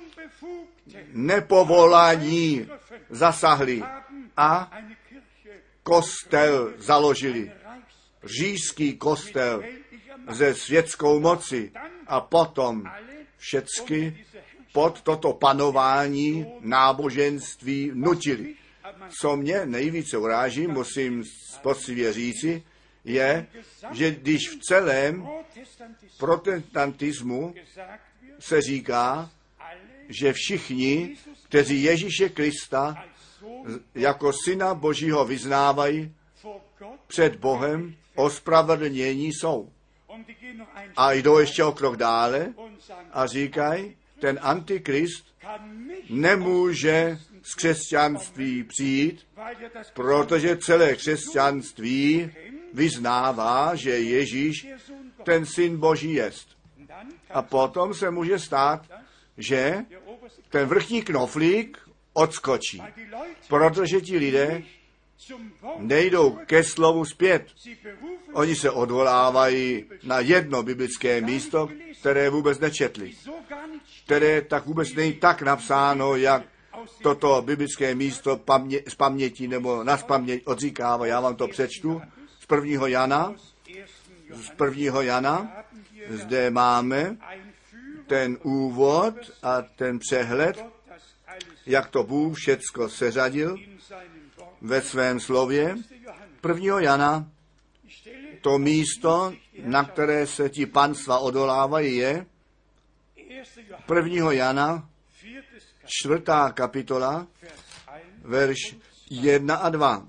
A: Nepovolaní zasahli a kostel založili. Říšský kostel ze světskou moci a potom všecky pod toto panování náboženství nutili. Co mě nejvíce uráží, musím poctivě říci, je, že když v celém protestantismu se říká, že všichni, kteří Ježíše Krista jako Syna Božího vyznávají, před Bohem ospravedlnění jsou. A jdou ještě o krok dále a říkají, ten antikrist nemůže z křesťanství přijít, protože celé křesťanství vyznává, že Ježíš ten Syn Boží jest. A potom se může stát, že ten vrchní knoflík odskočí, protože ti lidé nejdou ke slovu zpět. Oni se odvolávají na jedno biblické místo, které vůbec nečetli, které tak vůbec není tak napsáno, jak toto biblické místo z paměti nebo nazpaměť odříkává. Já vám to přečtu z 1. Jana. Z 1. Jana zde máme ten úvod a ten přehled, jak to Bůh všecko seřadil ve svém slově. 1. Jana, to místo, na které se ti panstva odolávají, je 1. Jana, 4. kapitola, verš 1 a 2.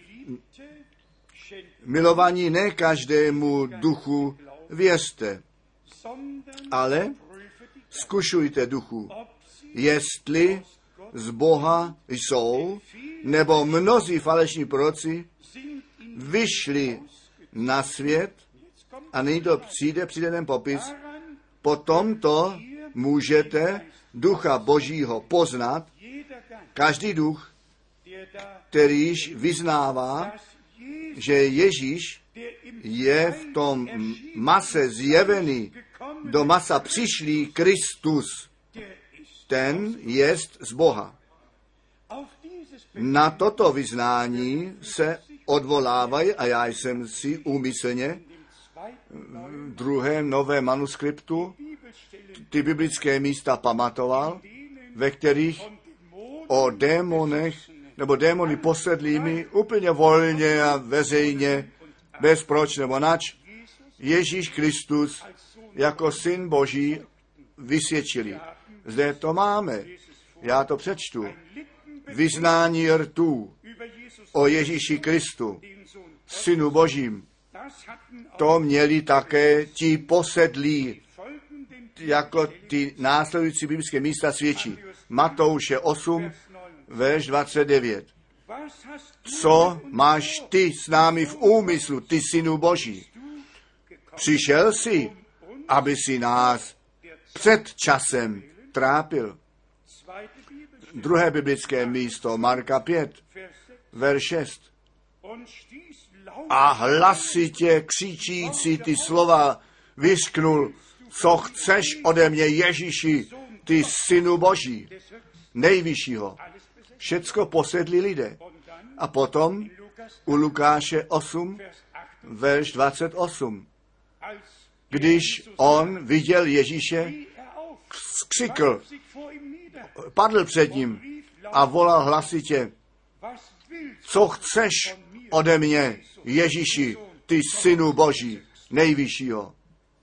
A: Milovaní, ne každému duchu věřte, ale zkušujte duchu, jestli z Boha jsou, nebo mnozí falešní proroci vyšli na svět a nyní to přijde ten popis. Potom to můžete ducha Božího poznat, každý duch, kterýž vyznává, že Ježíš je v tom mase zjevený, do masa přišlý Kristus, ten jest z Boha. Na toto vyznání se odvolávají, a já jsem si úmyslně v druhém novém manuskriptu ty biblické místa pamatoval, ve kterých o démonech nebo démony posedlými úplně volně a veřejně, bez proč nebo nač, Ježíš Kristus jako Syn Boží vysvědčili. Zde to máme. Já to přečtu. Vyznání rtů o Ježíši Kristu, Synu Božím. To měli také ti posedlí, jako ty následující biblické místa svědčí. Matouše 8, verš 29. Co máš ty s námi v úmyslu, ty Synu Boží? Přišel jsi, aby si nás před časem trápil. Druhé biblické místo, Marka 5, verš 6. A hlasitě křičící ty slova vyřknul, co chceš ode mě, Ježíši, ty Synu Boží, nejvyššího. Všecko posedlí lidé. A potom u Lukáše 8, verš 28. Když on viděl Ježíše, skřikl, padl před ním a volal hlasitě, co chceš ode mě, Ježíši, ty Synu Boží, nejvyššího.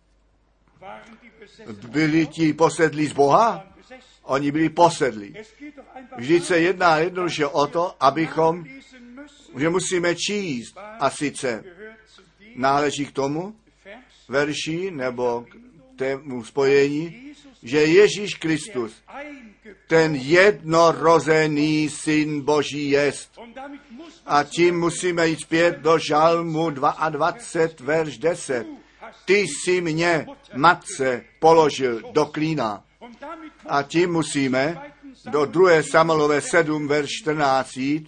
A: Byli ti posedlí z Boha? Oni byli posedlí. Vždyť se jedná jednoduše o to, abychom, že musíme číst, a sice náleží k tomu verši nebo k tému spojení, že Ježíš Kristus, ten jednorozený Syn Boží jest. A tím musíme jít zpět do Žalmu 22, verš 10. Ty jsi mě, matce, položil do klína. A tím musíme do 2. Samuelové 7, verš 14 jít.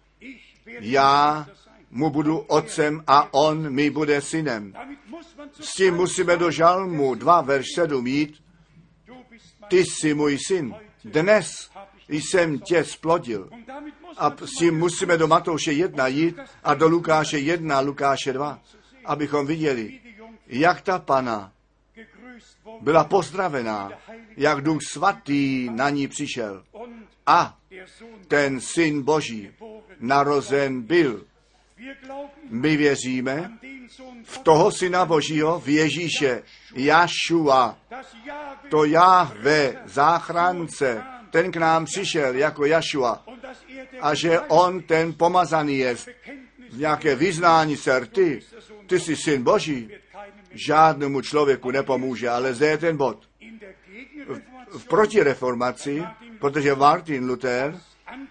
A: Já mu budu otcem a on mi bude synem. S tím musíme do Žalmu 2, verš 7 jít. Ty jsi můj syn. Dnes jsem tě splodil. A s tím musíme do Matouše 1 jít a do Lukáše 1, Lukáše 2, abychom viděli, jak ta Panna byla pozdravená, jak Duch Svatý na ní přišel. A ten Syn Boží narozen byl. My věříme v toho Syna Božího, v Ježíše, Jašua, to Jahve, záchránce, ten k nám přišel jako Jašua a že on ten pomazaný je v nějaké vyznání se rty, ty jsi Syn Boží, žádnému člověku nepomůže, ale zde je ten bod. V protireformaci, protože Martin Luther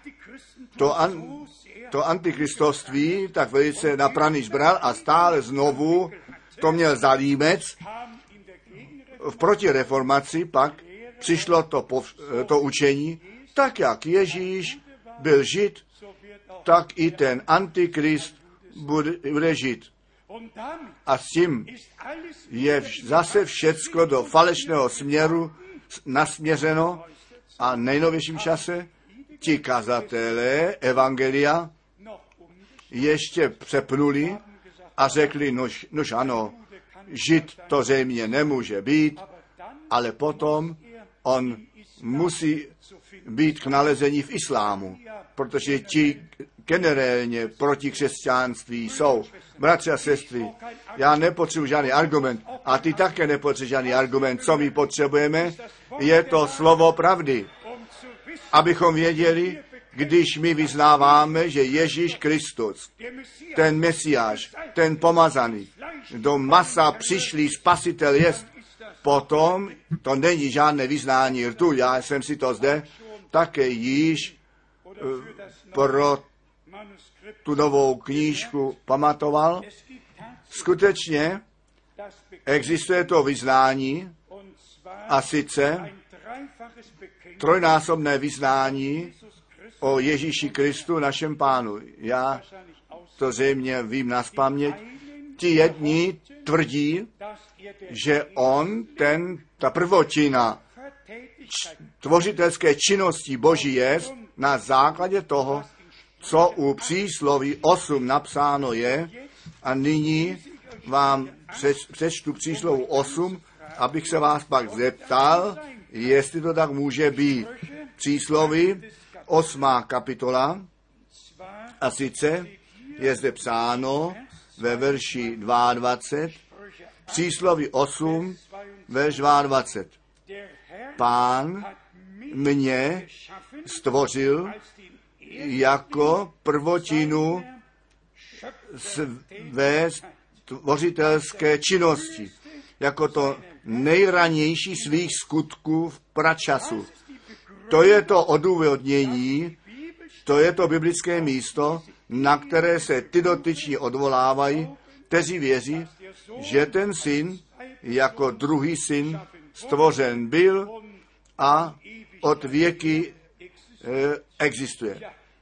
A: to antikristoství tak velice na pranýř bral a stále znovu to měl za límec. V protireformaci pak přišlo to učení, tak jak Ježíš byl žid, tak i ten antikrist bude žid. A s tím je zase všecko do falešného směru nasměřeno a v nejnovějším čase ti kazatelé evangelia ještě přepnuli a řekli, nož ano, žid to zřejmě nemůže být, ale potom on musí být k nalezení v islámu, protože ti generálně proti křesťanství jsou. Bratři a sestry, já nepotřebuji žádný argument a ty také nepotřebuješ žádný argument. Co my potřebujeme, je to slovo pravdy, abychom věděli, když my vyznáváme, že Ježíš Kristus, ten Mesiáš, ten pomazaný, do masa přišlý spasitel jest, potom to není žádné vyznání rtu. Já jsem si to zde také již pro tu novou knížku pamatoval. Skutečně existuje to vyznání, a sice trojnásobné vyznání o Ježíši Kristu, našem Pánu. Já to zřejmě vím nazpaměť. Ti jedni tvrdí, že on, ta prvotina, tvořitelské činnosti Boží je na základě toho, co u přísloví 8 napsáno je. A nyní vám přečtu příslovu 8, abych se vás pak zeptal, jestli to tak může být. Přísloví 8. kapitola, a sice je zde psáno ve verši 22, přísloví 8, verš 22. Pán mě stvořil jako prvotinu své tvořitelské činnosti, jako to nejranější svých skutků v pračasu. To je to odůvodnění, to je to biblické místo, na které se ty dotyční odvolávají, kteří věří, že ten syn jako druhý syn stvořen byl a od věky existuje.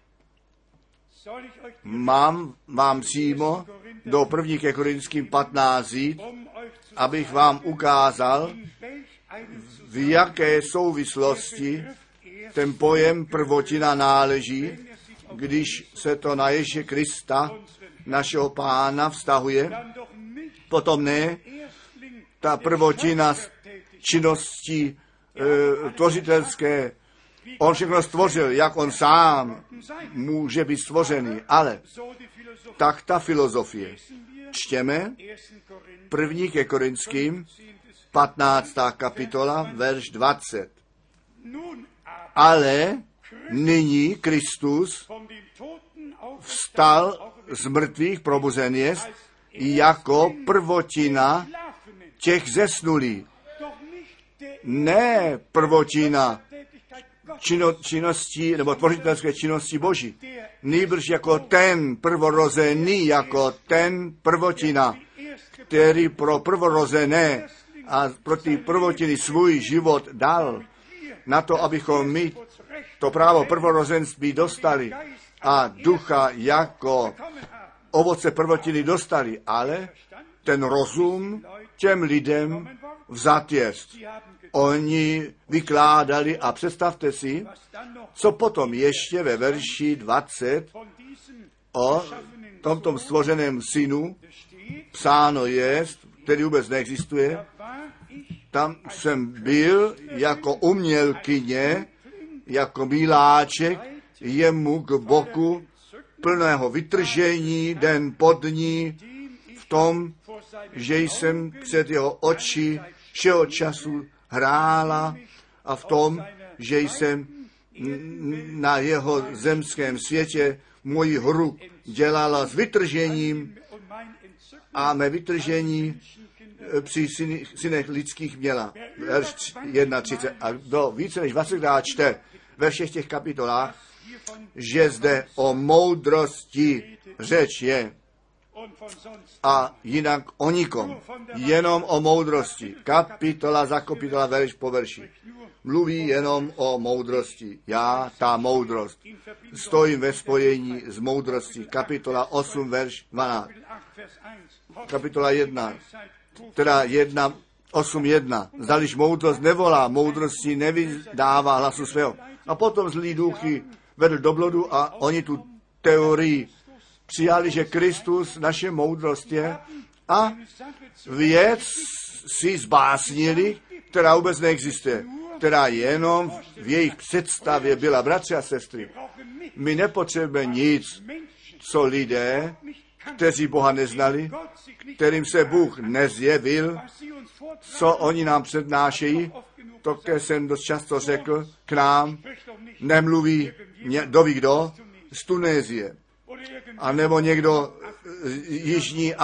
A: Mám vám přímo do 1. ke Korinským 15 jít, abych vám ukázal, v jaké souvislosti ten pojem prvotina náleží, když se to na Ježíše Krista, našeho Pána, vztahuje. Potom ne, ta prvotina činnosti tvořitelské, on všechno stvořil, jak on sám může být stvořený, ale tak ta filozofie. Čtěme 1. ke Korinským 15. kapitola, verš 20. Ale nyní Kristus vstal z mrtvých, probuzen jest, jako prvotina těch zesnulých. Ne prvotina činnosti nebo tvořitelské činnosti Boží. Nýbrž jako ten prvorozený, jako ten prvotina, který pro prvorozené a pro ty prvotiny svůj život dal, na to, abychom my to právo prvorozenství dostali a ducha jako ovoce prvotiny dostali, ale ten rozum těm lidem vzat jest. Oni vykládali a představte si, co potom ještě ve verši 20 o tomto stvořeném synu psáno jest, který vůbec neexistuje. Tam jsem byl jako umělkyně, jako miláček, jemu k boku, plného vytržení, den po dní, v tom, že jsem před jeho oči všeho času hrála a v tom, že jsem na jeho zemském světě moji hru dělala s vytržením a mé vytržení při synech lidských měla. Verš 1.30. A do více než 20krát čte ve všech těch kapitolách, že zde o moudrosti řeč je. A jinak o nikom. Jenom o moudrosti. Kapitola za kapitola, verš po verši. Mluví jenom o moudrosti. Já, ta moudrost. Stojím ve spojení s moudrostí. Kapitola 8, verš 12. Kapitola 1. Teda 8.1. Zdališ moudrost nevolá, moudrosti nevydává hlasu svého. A potom zlý duchy vedl do blodu a oni tu teorii přijali, že Kristus naše moudrost je a věc si zbásnili, která vůbec neexistuje, která jenom v jejich představě byla. Bratři a sestry, my nepotřebujeme nic, co lidé, kteří Boha neznali, kterým se Bůh nezjevil, co oni nám přednášejí, to, které jsem dost často řekl, k nám nemluví doví kdo z Tunézie, a nebo někdo z Jižní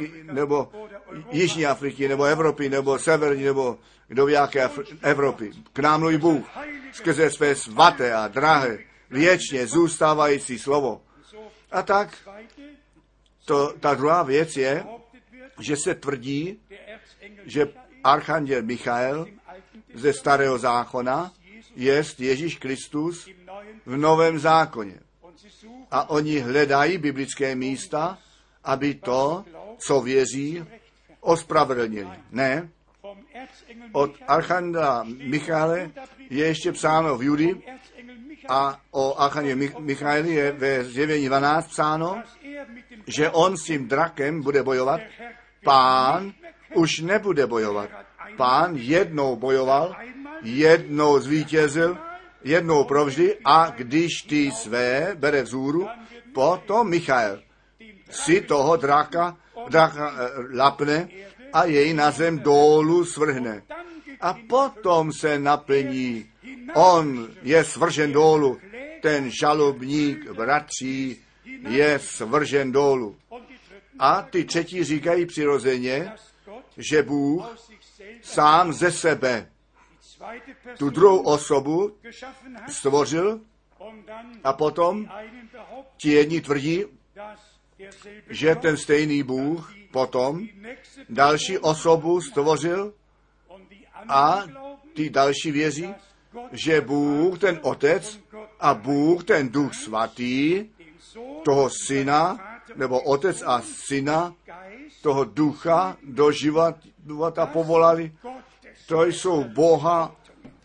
A: Afriky, nebo Evropy, nebo Severní, nebo kdo v jaké Evropy. K nám mluví Bůh skrze své svaté a drahé, věčně zůstávající slovo. A tak ta druhá věc je, že se tvrdí, že archanděl Michael ze Starého zákona jest Ježíš Kristus v Novém zákoně. A oni hledají biblické místa, aby to, co věří, ospravedlnili. Ne, Od archanděla Michaele je ještě psáno v Judy a o archandělu Michaeli je ve Zjevení 12 psáno, že on s tím drakem bude bojovat. Pán už nebude bojovat. Pán jednou bojoval, jednou zvítězil, jednou provždy a když ty své bere vzhůru, potom Michael si toho draka lapne a jej na zem dolů svrhne. A potom se naplní. On je svržen dolů. Ten žalobník bratří je svržen dolů. A ty třetí říkají přirozeně, že Bůh sám ze sebe tu druhou osobu stvořil a potom ti jedni tvrdí, že ten stejný Bůh potom další osobu stvořil a ty další věří, že Bůh ten Otec a Bůh ten Duch Svatý, toho Syna, nebo Otec a Syna, toho Ducha do života povolali. To jsou Boha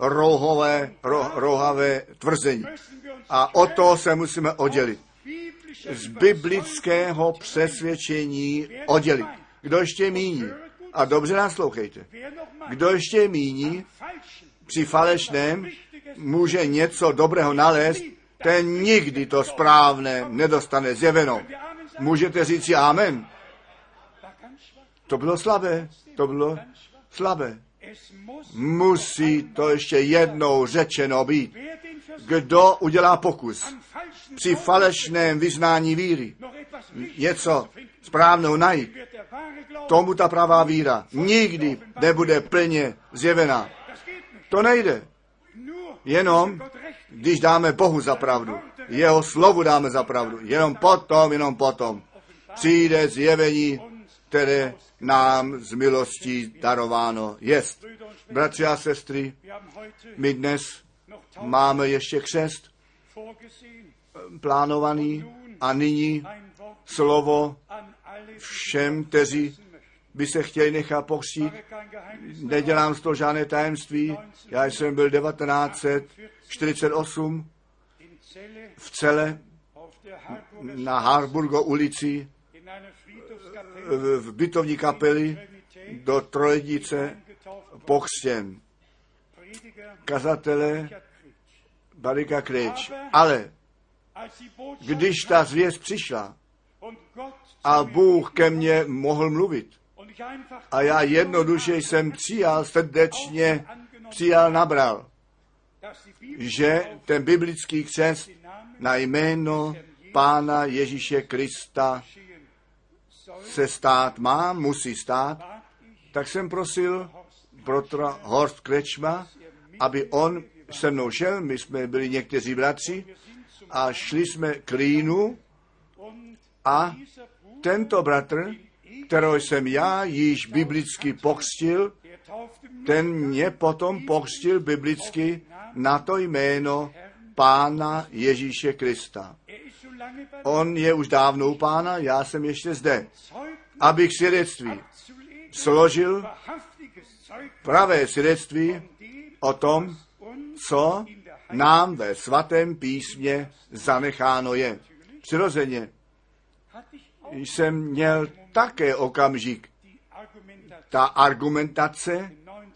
A: rohavé tvrzení. A o to se musíme oddělit. Z biblického přesvědčení oddělit. Kdo ještě míní? A dobře naslouchejte. Kdo ještě míní, při falešném může něco dobrého nalézt, ten nikdy to správné nedostane zjeveno. Můžete říct amen? To bylo slabé. To bylo slabé. Musí to ještě jednou řečeno být. Kdo udělá pokus při falešném vyznání víry něco správného najít, tomu ta pravá víra nikdy nebude plně zjevená. To nejde. Jenom, když dáme Bohu za pravdu, jeho slovu dáme za pravdu, jenom potom přijde zjevení, které nám z milostí darováno jest. Bratři a sestry, my dnes máme ještě křest plánovaný a nyní slovo všem, kteří by se chtěli nechat pokřtít. Nedělám z toho žádné tajemství. Já jsem byl 1948 v Celle na Harburgo ulici v bytovní kapeli do Trojedice pokřtěn. Kazatele Barika Kreč. Ale když ta zvěst přišla a Bůh ke mně mohl mluvit a já jednoduše jsem srdečně nabral, že ten biblický křest na jméno Pána Ježíše Krista se stát má, musí stát, tak jsem prosil brotra Horst Kretschma, aby on se mnou šel, my jsme byli někteří bratři a šli jsme k Rýnu a tento bratr, kterého jsem já již biblicky pokřtil, ten mě potom pokřtil biblicky na to jméno Pána Ježíše Krista. On je už dávno u Pána, já jsem ještě zde, abych svědectví složil, pravé svědectví o tom, co nám ve svatém písmě zanecháno je. Přirozeně jsem měl také okamžik. Ta argumentace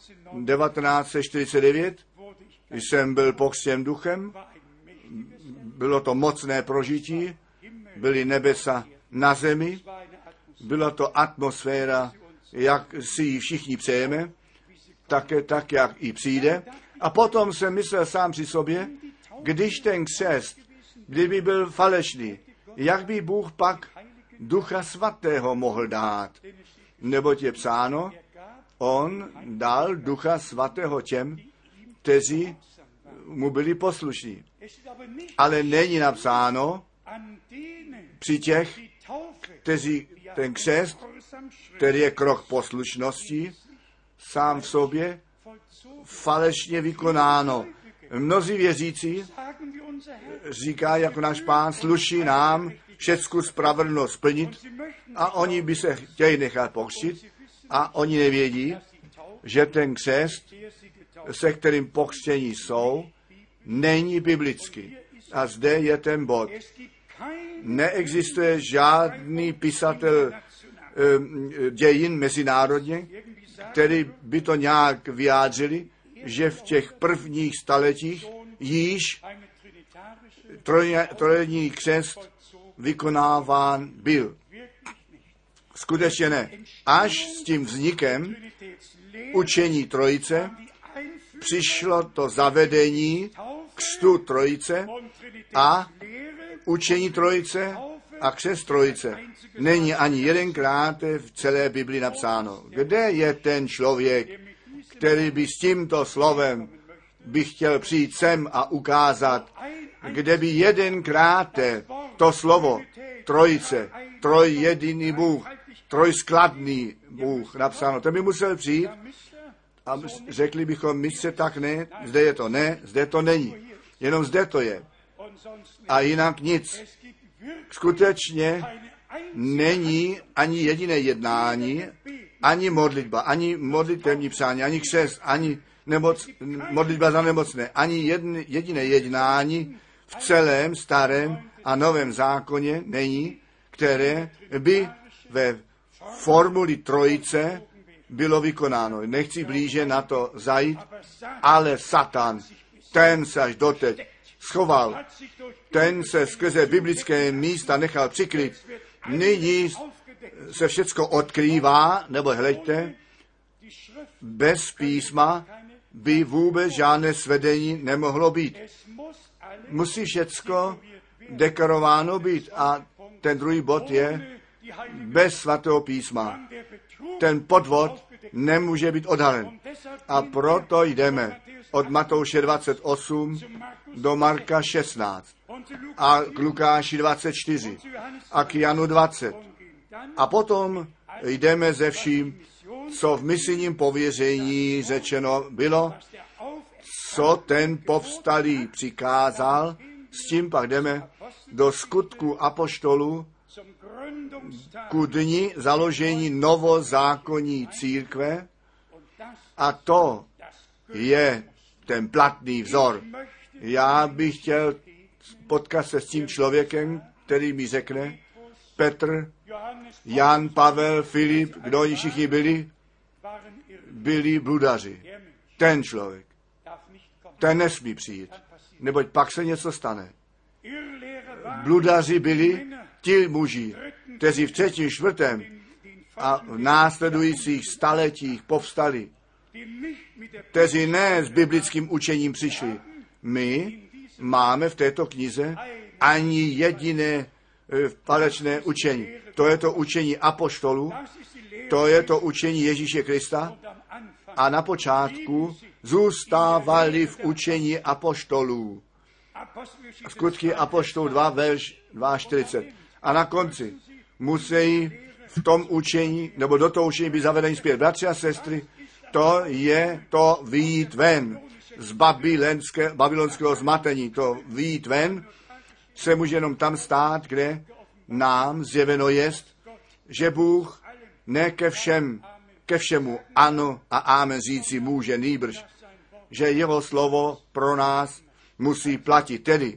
A: 1949, jsem byl pokřtěn duchem, bylo to mocné prožití, byly nebesa na zemi, byla to atmosféra, jak si ji všichni přejeme, také tak, jak i přijde. A potom jsem myslel sám při sobě, když ten křest, kdyby byl falešný, jak by Bůh pak Ducha Svatého mohl dát. Neboť je psáno, on dal Ducha Svatého těm, kteří mu byli poslušní. Ale není napsáno při těch, kteří ten křest, který je krok poslušnosti, sám v sobě falešně vykonáno. Mnozí věřící říká, jako náš Pán, sluší nám všecku spravedlnost splnit a oni by se chtěli nechat pokřtit a oni nevědí, že ten křest, se kterým pokřtění jsou, není biblický. A zde je ten bod. Neexistuje žádný pisatel dějin mezinárodně, který by to nějak vyjádřili, že v těch prvních staletích již trojjedinný křest vykonáván byl. Skutečně ne. Až s tím vznikem učení trojice přišlo to zavedení křtu trojice a učení trojice a křest trojice. Není ani jedenkrát v celé Bibli napsáno. Kde je ten člověk, který by s tímto slovem by chtěl přijít sem a ukázat, kde by jedenkrát to slovo trojice, trojjediný Bůh, trojskladný Bůh napsáno. Ten by musel přijít a řekli bychom, mistře, tak ne, zde je to ne, zde to není. Jenom zde to je. A jinak nic. Skutečně není ani jediné jednání, ani modlitba, ani modlitevní přání, ani křest, ani modlitba za nemocné, ani jediné jednání v celém starém a novém zákoně není, které by ve formuli trojice bylo vykonáno. Nechci blíže na to zajít, ale Satan, ten se až doteď schoval, ten se skrze biblické místa nechal přikryt. Nyní se všecko odkrývá, nebo hleďte, bez písma by vůbec žádné svedení nemohlo být. Musí všecko dekorováno být a ten druhý bod je bez svatého písma. Ten podvod nemůže být odhalen. A proto jdeme od Matouše 28 do Marka 16 a k Lukáši 24 a k Janu 20. A potom jdeme ze vším, co v misijním pověření řečeno bylo, co ten povstalý přikázal, s tím pak jdeme do Skutků apoštolů ku dni založení novozákonní církve a to je ten platný vzor. Já bych chtěl potkat se s tím člověkem, který mi řekne, Petr, Jan, Pavel, Filip, kdo oni všichni byli bludaři. Ten člověk, ten nesmí přijít, neboť pak se něco stane. Bludaři byli ti muži, kteří v 3., 4. a v následujících staletích povstali, kteří ne s biblickým učením přišli. My máme v této knize ani jediné falešné učení. To je to učení apoštolů, to je to učení Ježíše Krista a na počátku zůstávali v učení apoštolů. Skutky apoštolů 2, verš 42. A na konci musí v tom učení, nebo do toho učení být zavedení zpět. Bratři a sestry, to je to vyjít ven z babylonského zmatení. To vyjít ven se může jenom tam stát, kde nám zjeveno jest, že Bůh ne ke všemu ano a amen říci může, nýbrž, že jeho slovo pro nás musí platit. Tedy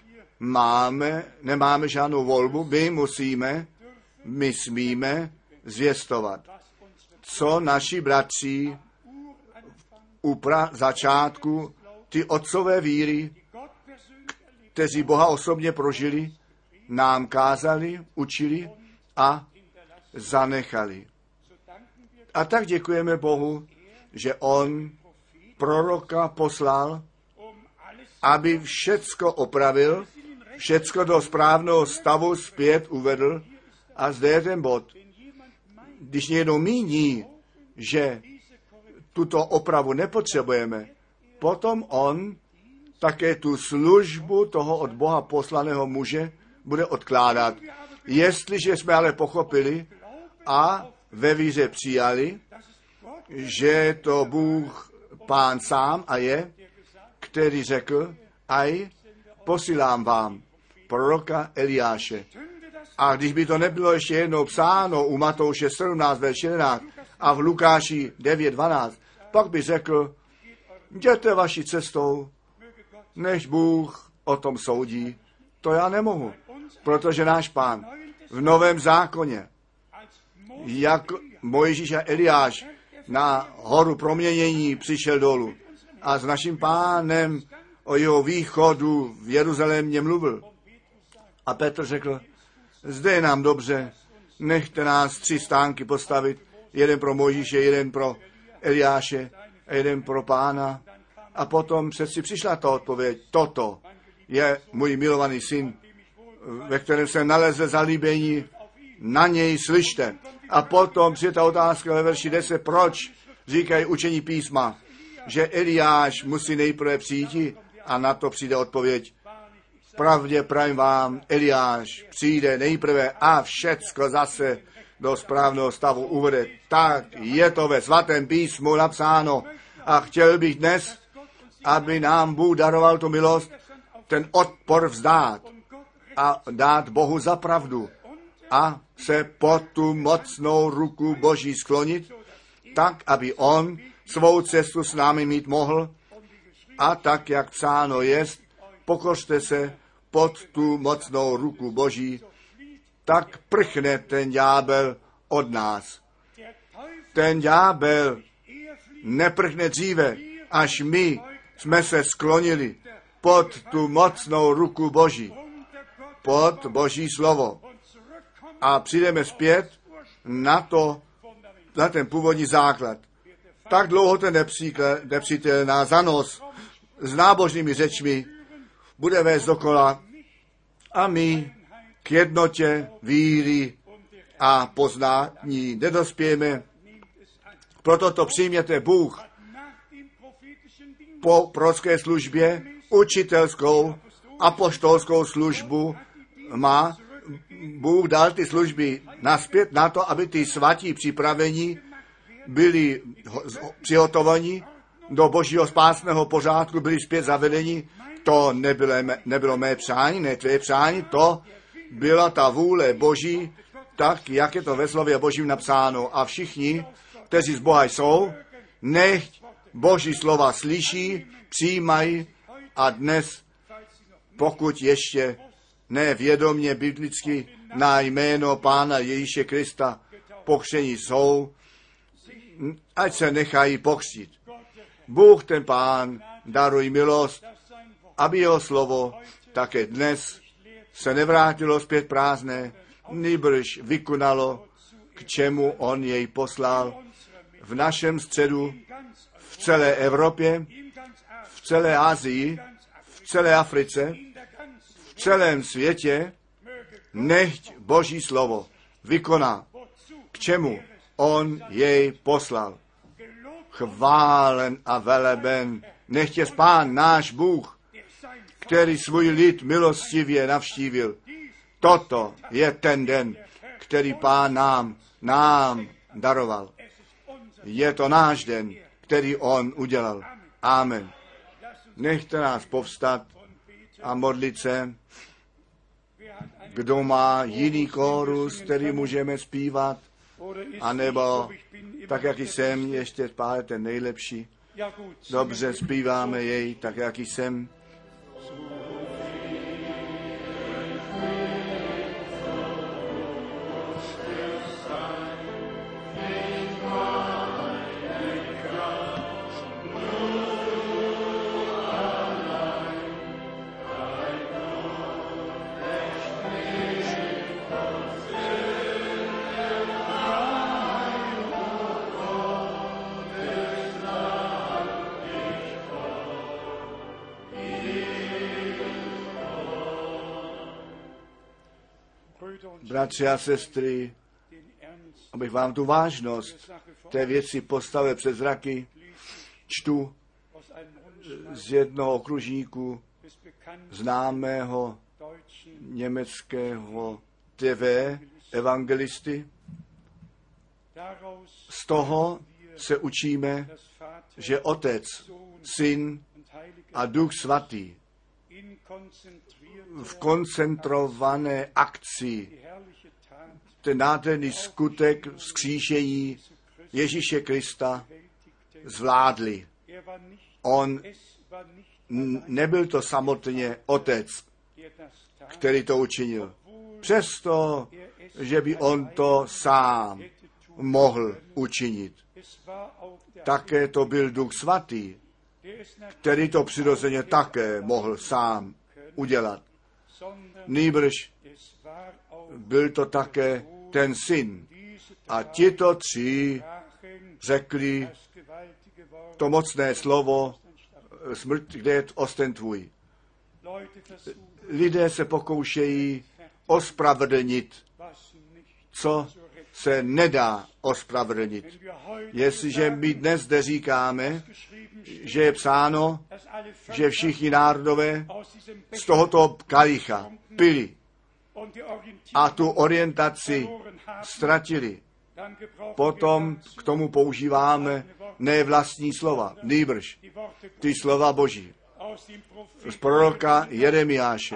A: nemáme žádnou volbu, my smíme zvěstovat, co naši bratři u začátku, ty otcové víry, kteří Boha osobně prožili, nám kázali, učili a zanechali. A tak děkujeme Bohu, že on proroka poslal, aby všecko opravil, všecko do správného stavu zpět uvedl. A zde je ten bod. Když někdo míní, že tuto opravu nepotřebujeme, potom on také tu službu toho od Boha poslaného muže bude odkládat. Jestliže jsme ale pochopili a ve víře přijali, že to Bůh Pán sám a je, který řekl, posílám vám proroka Eliáše. A když by to nebylo ještě jednou psáno u Matouše 17, verš 11 a v Lukáši 9, 12 pak by řekl, jděte vaší cestou, než Bůh o tom soudí. To já nemohu, protože náš Pán v Novém zákoně, jak Mojžíš a Eliáš na horu proměnění přišel dolů a s naším Pánem o jeho východu v Jeruzalémě mluvil. A Petr řekl, zde je nám dobře, nechte nás 3 stánky postavit, jeden pro Mojžíše, jeden pro Eliáše a jeden pro Pána. A potom přeci přišla ta odpověď, toto je můj milovaný syn, ve kterém se nalezl zalíbení, na něj slyšte. A potom přijde ta otázka ve verši 10, proč říkají učení písma, že Eliáš musí nejprve přijít a na to přijde odpověď. Pravdě pravím vám, Eliáš přijde nejprve a všecko zase do správného stavu uvede. Tak je to ve svatém písmu napsáno a chtěl bych dnes, aby nám Bůh daroval tu milost, ten odpor vzdát a dát Bohu za pravdu a se pod tu mocnou ruku Boží sklonit, tak, aby on svou cestu s námi mít mohl a tak, jak psáno jest, pokořte se pod tu mocnou ruku Boží, tak prchne ten ďábel od nás. Ten ďábel neprchne dříve, až my jsme se sklonili pod tu mocnou ruku Boží, pod Boží slovo. A přijdeme zpět na ten původní základ. Tak dlouho ten nepřítel nás za nos s nábožnými řečmi bude vést dokola a my k jednotě víry a poznání nedospějeme. Proto to přijměte Bůh po prorocké službě, učitelskou, apoštolskou službu má. Bůh dal ty služby naspět na to, aby ty svatí připravení byli přihotoveni do Božího spásného pořádku, byli zpět zavedeni. To nebylo mé přání, ne tvé přání, to byla ta vůle Boží, tak, jak je to ve slově Božím napsáno. A všichni, kteří z Boha jsou, nechť Boží slova slyší, přijímají a dnes, pokud ještě nevědomě biblicky na jméno Pána Ježíše Krista pokřtění jsou, ať se nechají pokřtít. Bůh ten Pán daruj milost, aby jeho slovo také dnes se nevrátilo zpět prázdné, nýbrž vykonalo, k čemu on jej poslal v našem středu, v celé Evropě, v celé Asii, v celé Africe, v celém světě, nechť Boží slovo vykoná, k čemu on jej poslal. Chválen a veleben, nechť je Pán náš Bůh, který svůj lid milostivě navštívil. Toto je ten den, který Pán nám daroval. Je to náš den, který on udělal. Amen. Nechte nás povstat a modlit se. Kdo má jiný kórus, který můžeme zpívat, anebo tak, jak jsem, ještě pár ten nejlepší. Dobře, zpíváme jej, tak, jak jsem. Bratři a sestry, abych vám tu vážnost té věci postavil před zraky, čtu z jednoho okružníku známého německého TV evangelisty. Z toho se učíme, že Otec, Syn a Duch Svatý v koncentrované akci ten nádherný skutek vzkříšení Ježíše Krista zvládli. On nebyl to samotně otec, který to učinil. Přesto, že by on to sám mohl učinit. Také to byl Duch Svatý, který to přirozeně také mohl sám udělat. Nýbrž byl to také ten syn. A tito tři řekli to mocné slovo, smrt, kde je osten tvůj. Lidé se pokoušejí ospravedlnit, co se nedá ospravedlnit. Jestliže my dnes zde říkáme, že je psáno, že všichni národové z tohoto kalicha pili a tu orientaci ztratili, potom k tomu používáme ne vlastní slova, nýbrž ty slova Boží. Z proroka Jeremiáše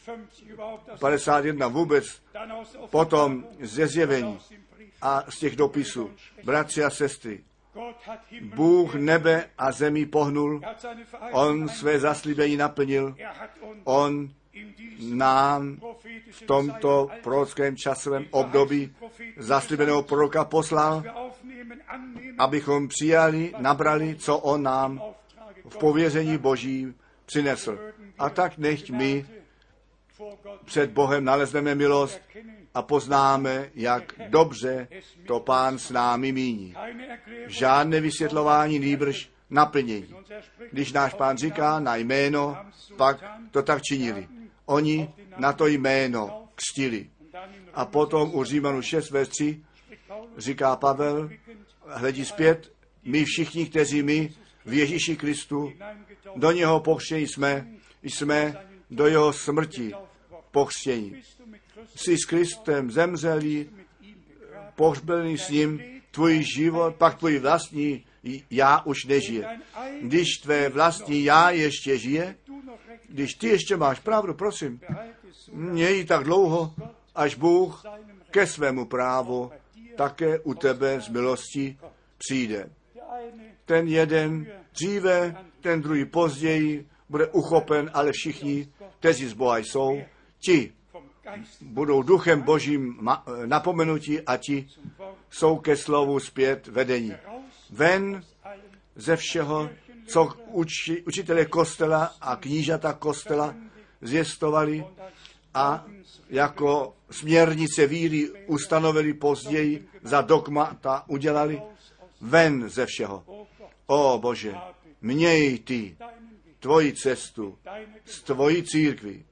A: 51 vůbec, potom ze zjevení a z těch dopisů. Bratři a sestry, Bůh nebe a zemi pohnul, on své zaslíbení naplnil, on nám v tomto prorockém časovém období zaslíbeného proroka poslal, abychom přijali, nabrali, co on nám v pověření Boží přinesl. A tak nechť my před Bohem nalezneme milost a poznáme, jak dobře to Pán s námi míní. Žádné vysvětlování, nýbrž naplnění. Když náš Pán říká na jméno, pak to tak činili. Oni na to jméno křtili. A potom u Římanů 6, verš 3 říká Pavel, hledí zpět, my všichni, kteří my v Ježíši Kristu do něho pokřtění jsme do jeho smrti pokřtění. Jsi s Kristem zemřelý, pohřbený s ním, tvůj život, pak tvůj vlastní já už nežije. Když tvé vlastní já ještě žije, když ty ještě máš pravdu, prosím, měj tak dlouho, až Bůh ke svému právu také u tebe z milosti přijde. Ten jeden dříve, ten druhý později bude uchopen, ale všichni, kteří z Boha jsou, ti budou duchem Božím napomenutí a ti jsou ke slovu zpět vedení. Ven ze všeho, co učitelé kostela a knížata kostela zjistovali a jako směrnice víry ustanovili později, za dogmata udělali, ven ze všeho. O Bože, měj ty tvoji cestu s tvojí církví,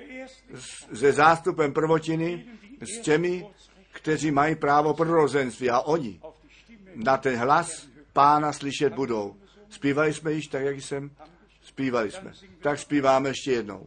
A: se zástupem prvotiny, s těmi, kteří mají právo prorozenství a oni na ten hlas Pána slyšet budou. Zpívali jsme již tak, jak jsem? Zpívali jsme. Tak zpíváme ještě jednou.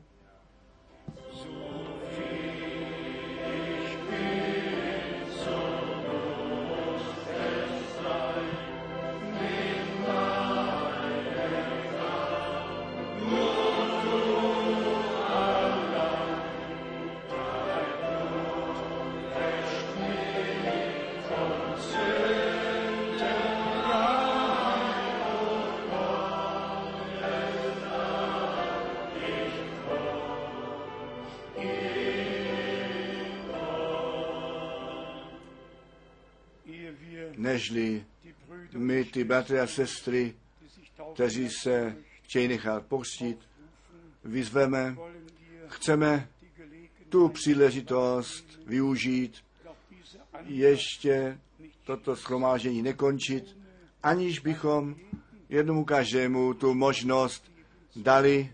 A: Nežli my ty bratry a sestry, kteří se chtějí nechat pokřtít, vyzveme, chceme tu příležitost využít, ještě toto shromáždění nekončit, aniž bychom jednomu každému tu možnost dali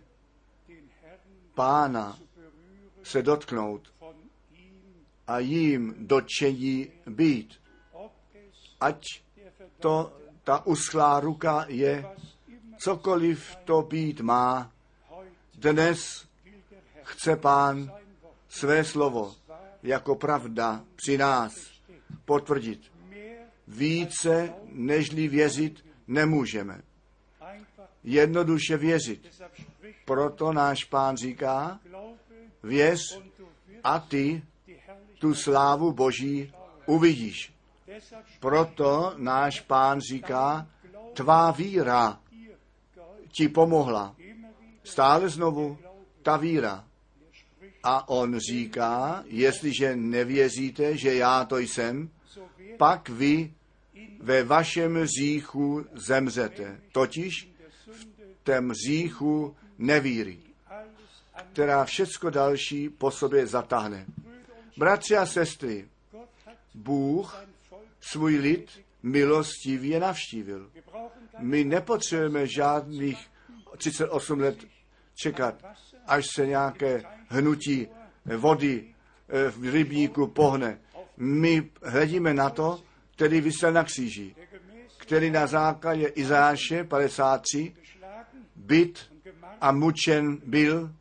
A: Pána se dotknout a jím dotčení být. Ať to ta uschlá ruka je, cokoliv to být má, dnes chce Pán své slovo jako pravda při nás potvrdit. Více nežli věřit nemůžeme. Jednoduše věřit. Proto náš Pán říká, věř a ty tu slávu Boží uvidíš. Proto náš Pán říká, tvá víra ti pomohla. Stále znovu ta víra. A on říká, jestliže nevěříte, že já to jsem, pak vy ve vašem hříchu zemřete. Totiž v tém hříchu nevíry, která všecko další po sobě zatáhne. Bratři a sestry, Bůh svůj lid milostivě navštívil. My nepotřebujeme žádných 38 let čekat, až se nějaké hnutí vody v rybníku pohne. My hledíme na to, který visel na kříži, který na základě Izáše 53 byt a mučen byl.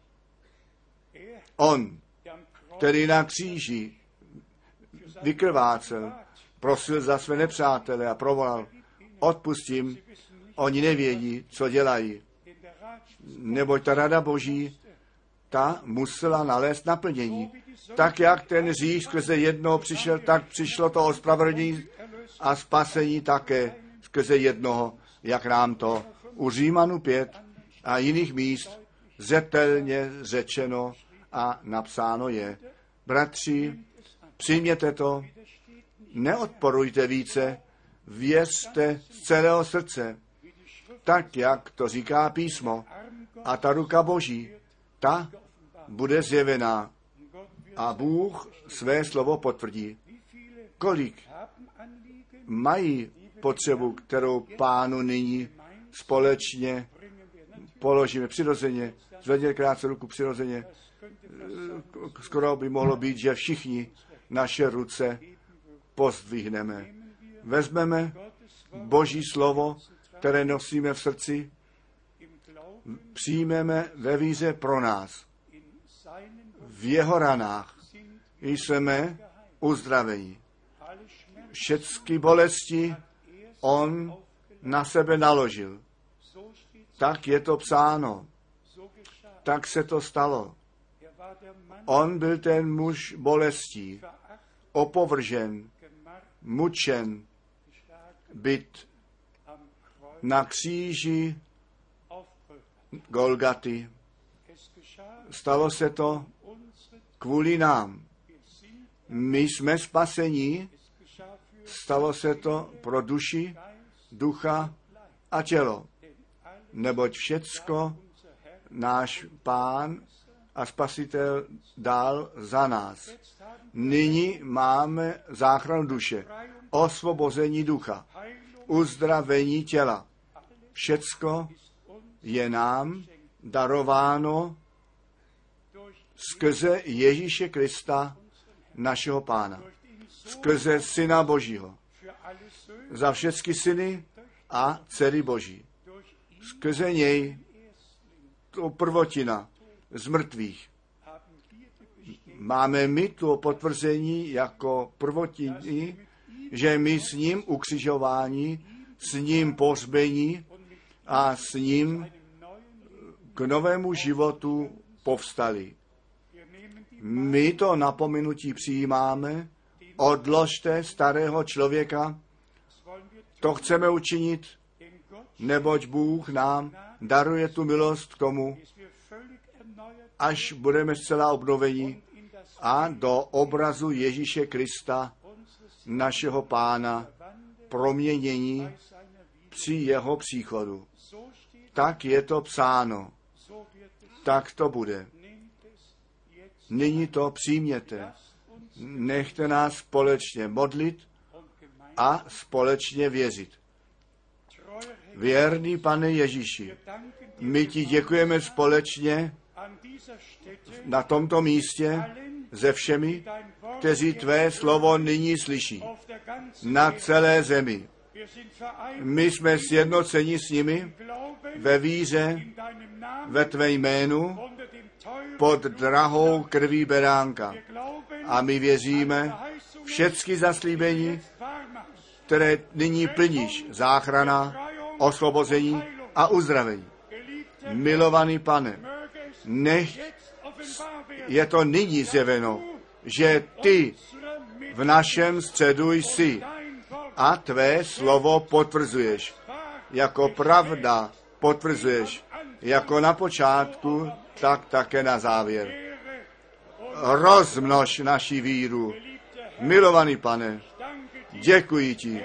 A: On, který na kříži vykrvácel, prosil za své nepřátele a provolal, odpustím, oni nevědí, co dělají. Neboť ta rada Boží, ta musela nalézt naplnění. Tak, jak ten hřích skrze jednoho přišel, tak přišlo to ospravedlnění a spasení také skrze jednoho, jak nám to u Římanů 5 a jiných míst zřetelně řečeno a napsáno je. Bratři, přijměte to, neodporujte více, věřte z celého srdce, tak, jak to říká písmo. A ta ruka Boží, ta bude zjevená. A Bůh své slovo potvrdí. Kolik mají potřebu, kterou Pánu nyní společně položíme přirozeně, zvedněte krátce ruku přirozeně. Skoro by mohlo být, že všichni naše ruce pozdvihneme. Vezmeme Boží slovo, které nosíme v srdci, přijmeme ve víře pro nás. V jeho ranách jsme uzdraveni. Všechny bolesti on na sebe naložil. Tak je to psáno. Tak se to stalo. On byl ten muž bolestí, opovržen, mučen, byt na kříži Golgaty. Stalo se to kvůli nám. My jsme spasení, stalo se to pro duši, ducha a tělo. Neboť všecko náš Pán a Spasitel dal za nás. Nyní máme záchranu duše, osvobození ducha, uzdravení těla. Všecko je nám darováno skrze Ježíše Krista, našeho Pána. Skrze Syna Božího. Za všechny syny a dcery Boží. Skrze něj to prvotina z mrtvých. Máme my to potvrzení jako prvotiny, že my s ním ukřižování, s ním pohřbení a s ním k novému životu povstali. My to napomenutí přijímáme, odložte starého člověka, to chceme učinit, neboť Bůh nám daruje tu milost k tomu, až budeme zcela obnoveni a do obrazu Ježíše Krista, našeho Pána, proměnění při jeho příchodu. Tak je to psáno. Tak to bude. Nyní to přijměte. Nechte nás společně modlit a společně věřit. Věrný Pane Ježíši, my ti děkujeme společně na tomto místě se všemi, kteří tvé slovo nyní slyší na celé zemi. My jsme sjednoceni s nimi ve víře ve tvé jménu pod drahou krví beránka. A my věříme všechny zaslíbení, které nyní plníš, záchrana, osvobození a uzdravení. Milovaný Pane, nech je to nyní zjeveno, že ty v našem středu jsi a tvé slovo potvrzuješ. jako pravda potvrzuješ, jako na počátku, tak také na závěr. Rozmnož naši víru. Milovaný Pane, děkuji ti.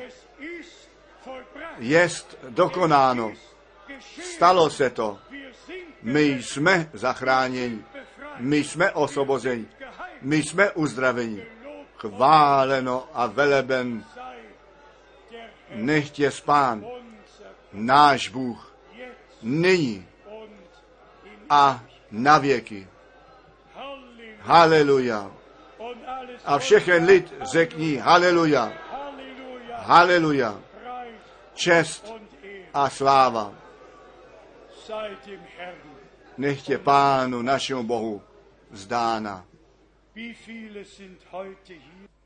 A: Jest dokonáno. Stalo se to. My jsme zachráněni. My jsme osvobozeni. My jsme uzdraveni. Chváleno a veleben. Nechť je Pán, náš Bůh, nyní a na věky. Haleluja. A všechen lid řekni haleluja. Haleluja. Čest a sláva. Nechť je Pánu našemu Bohu vzdána.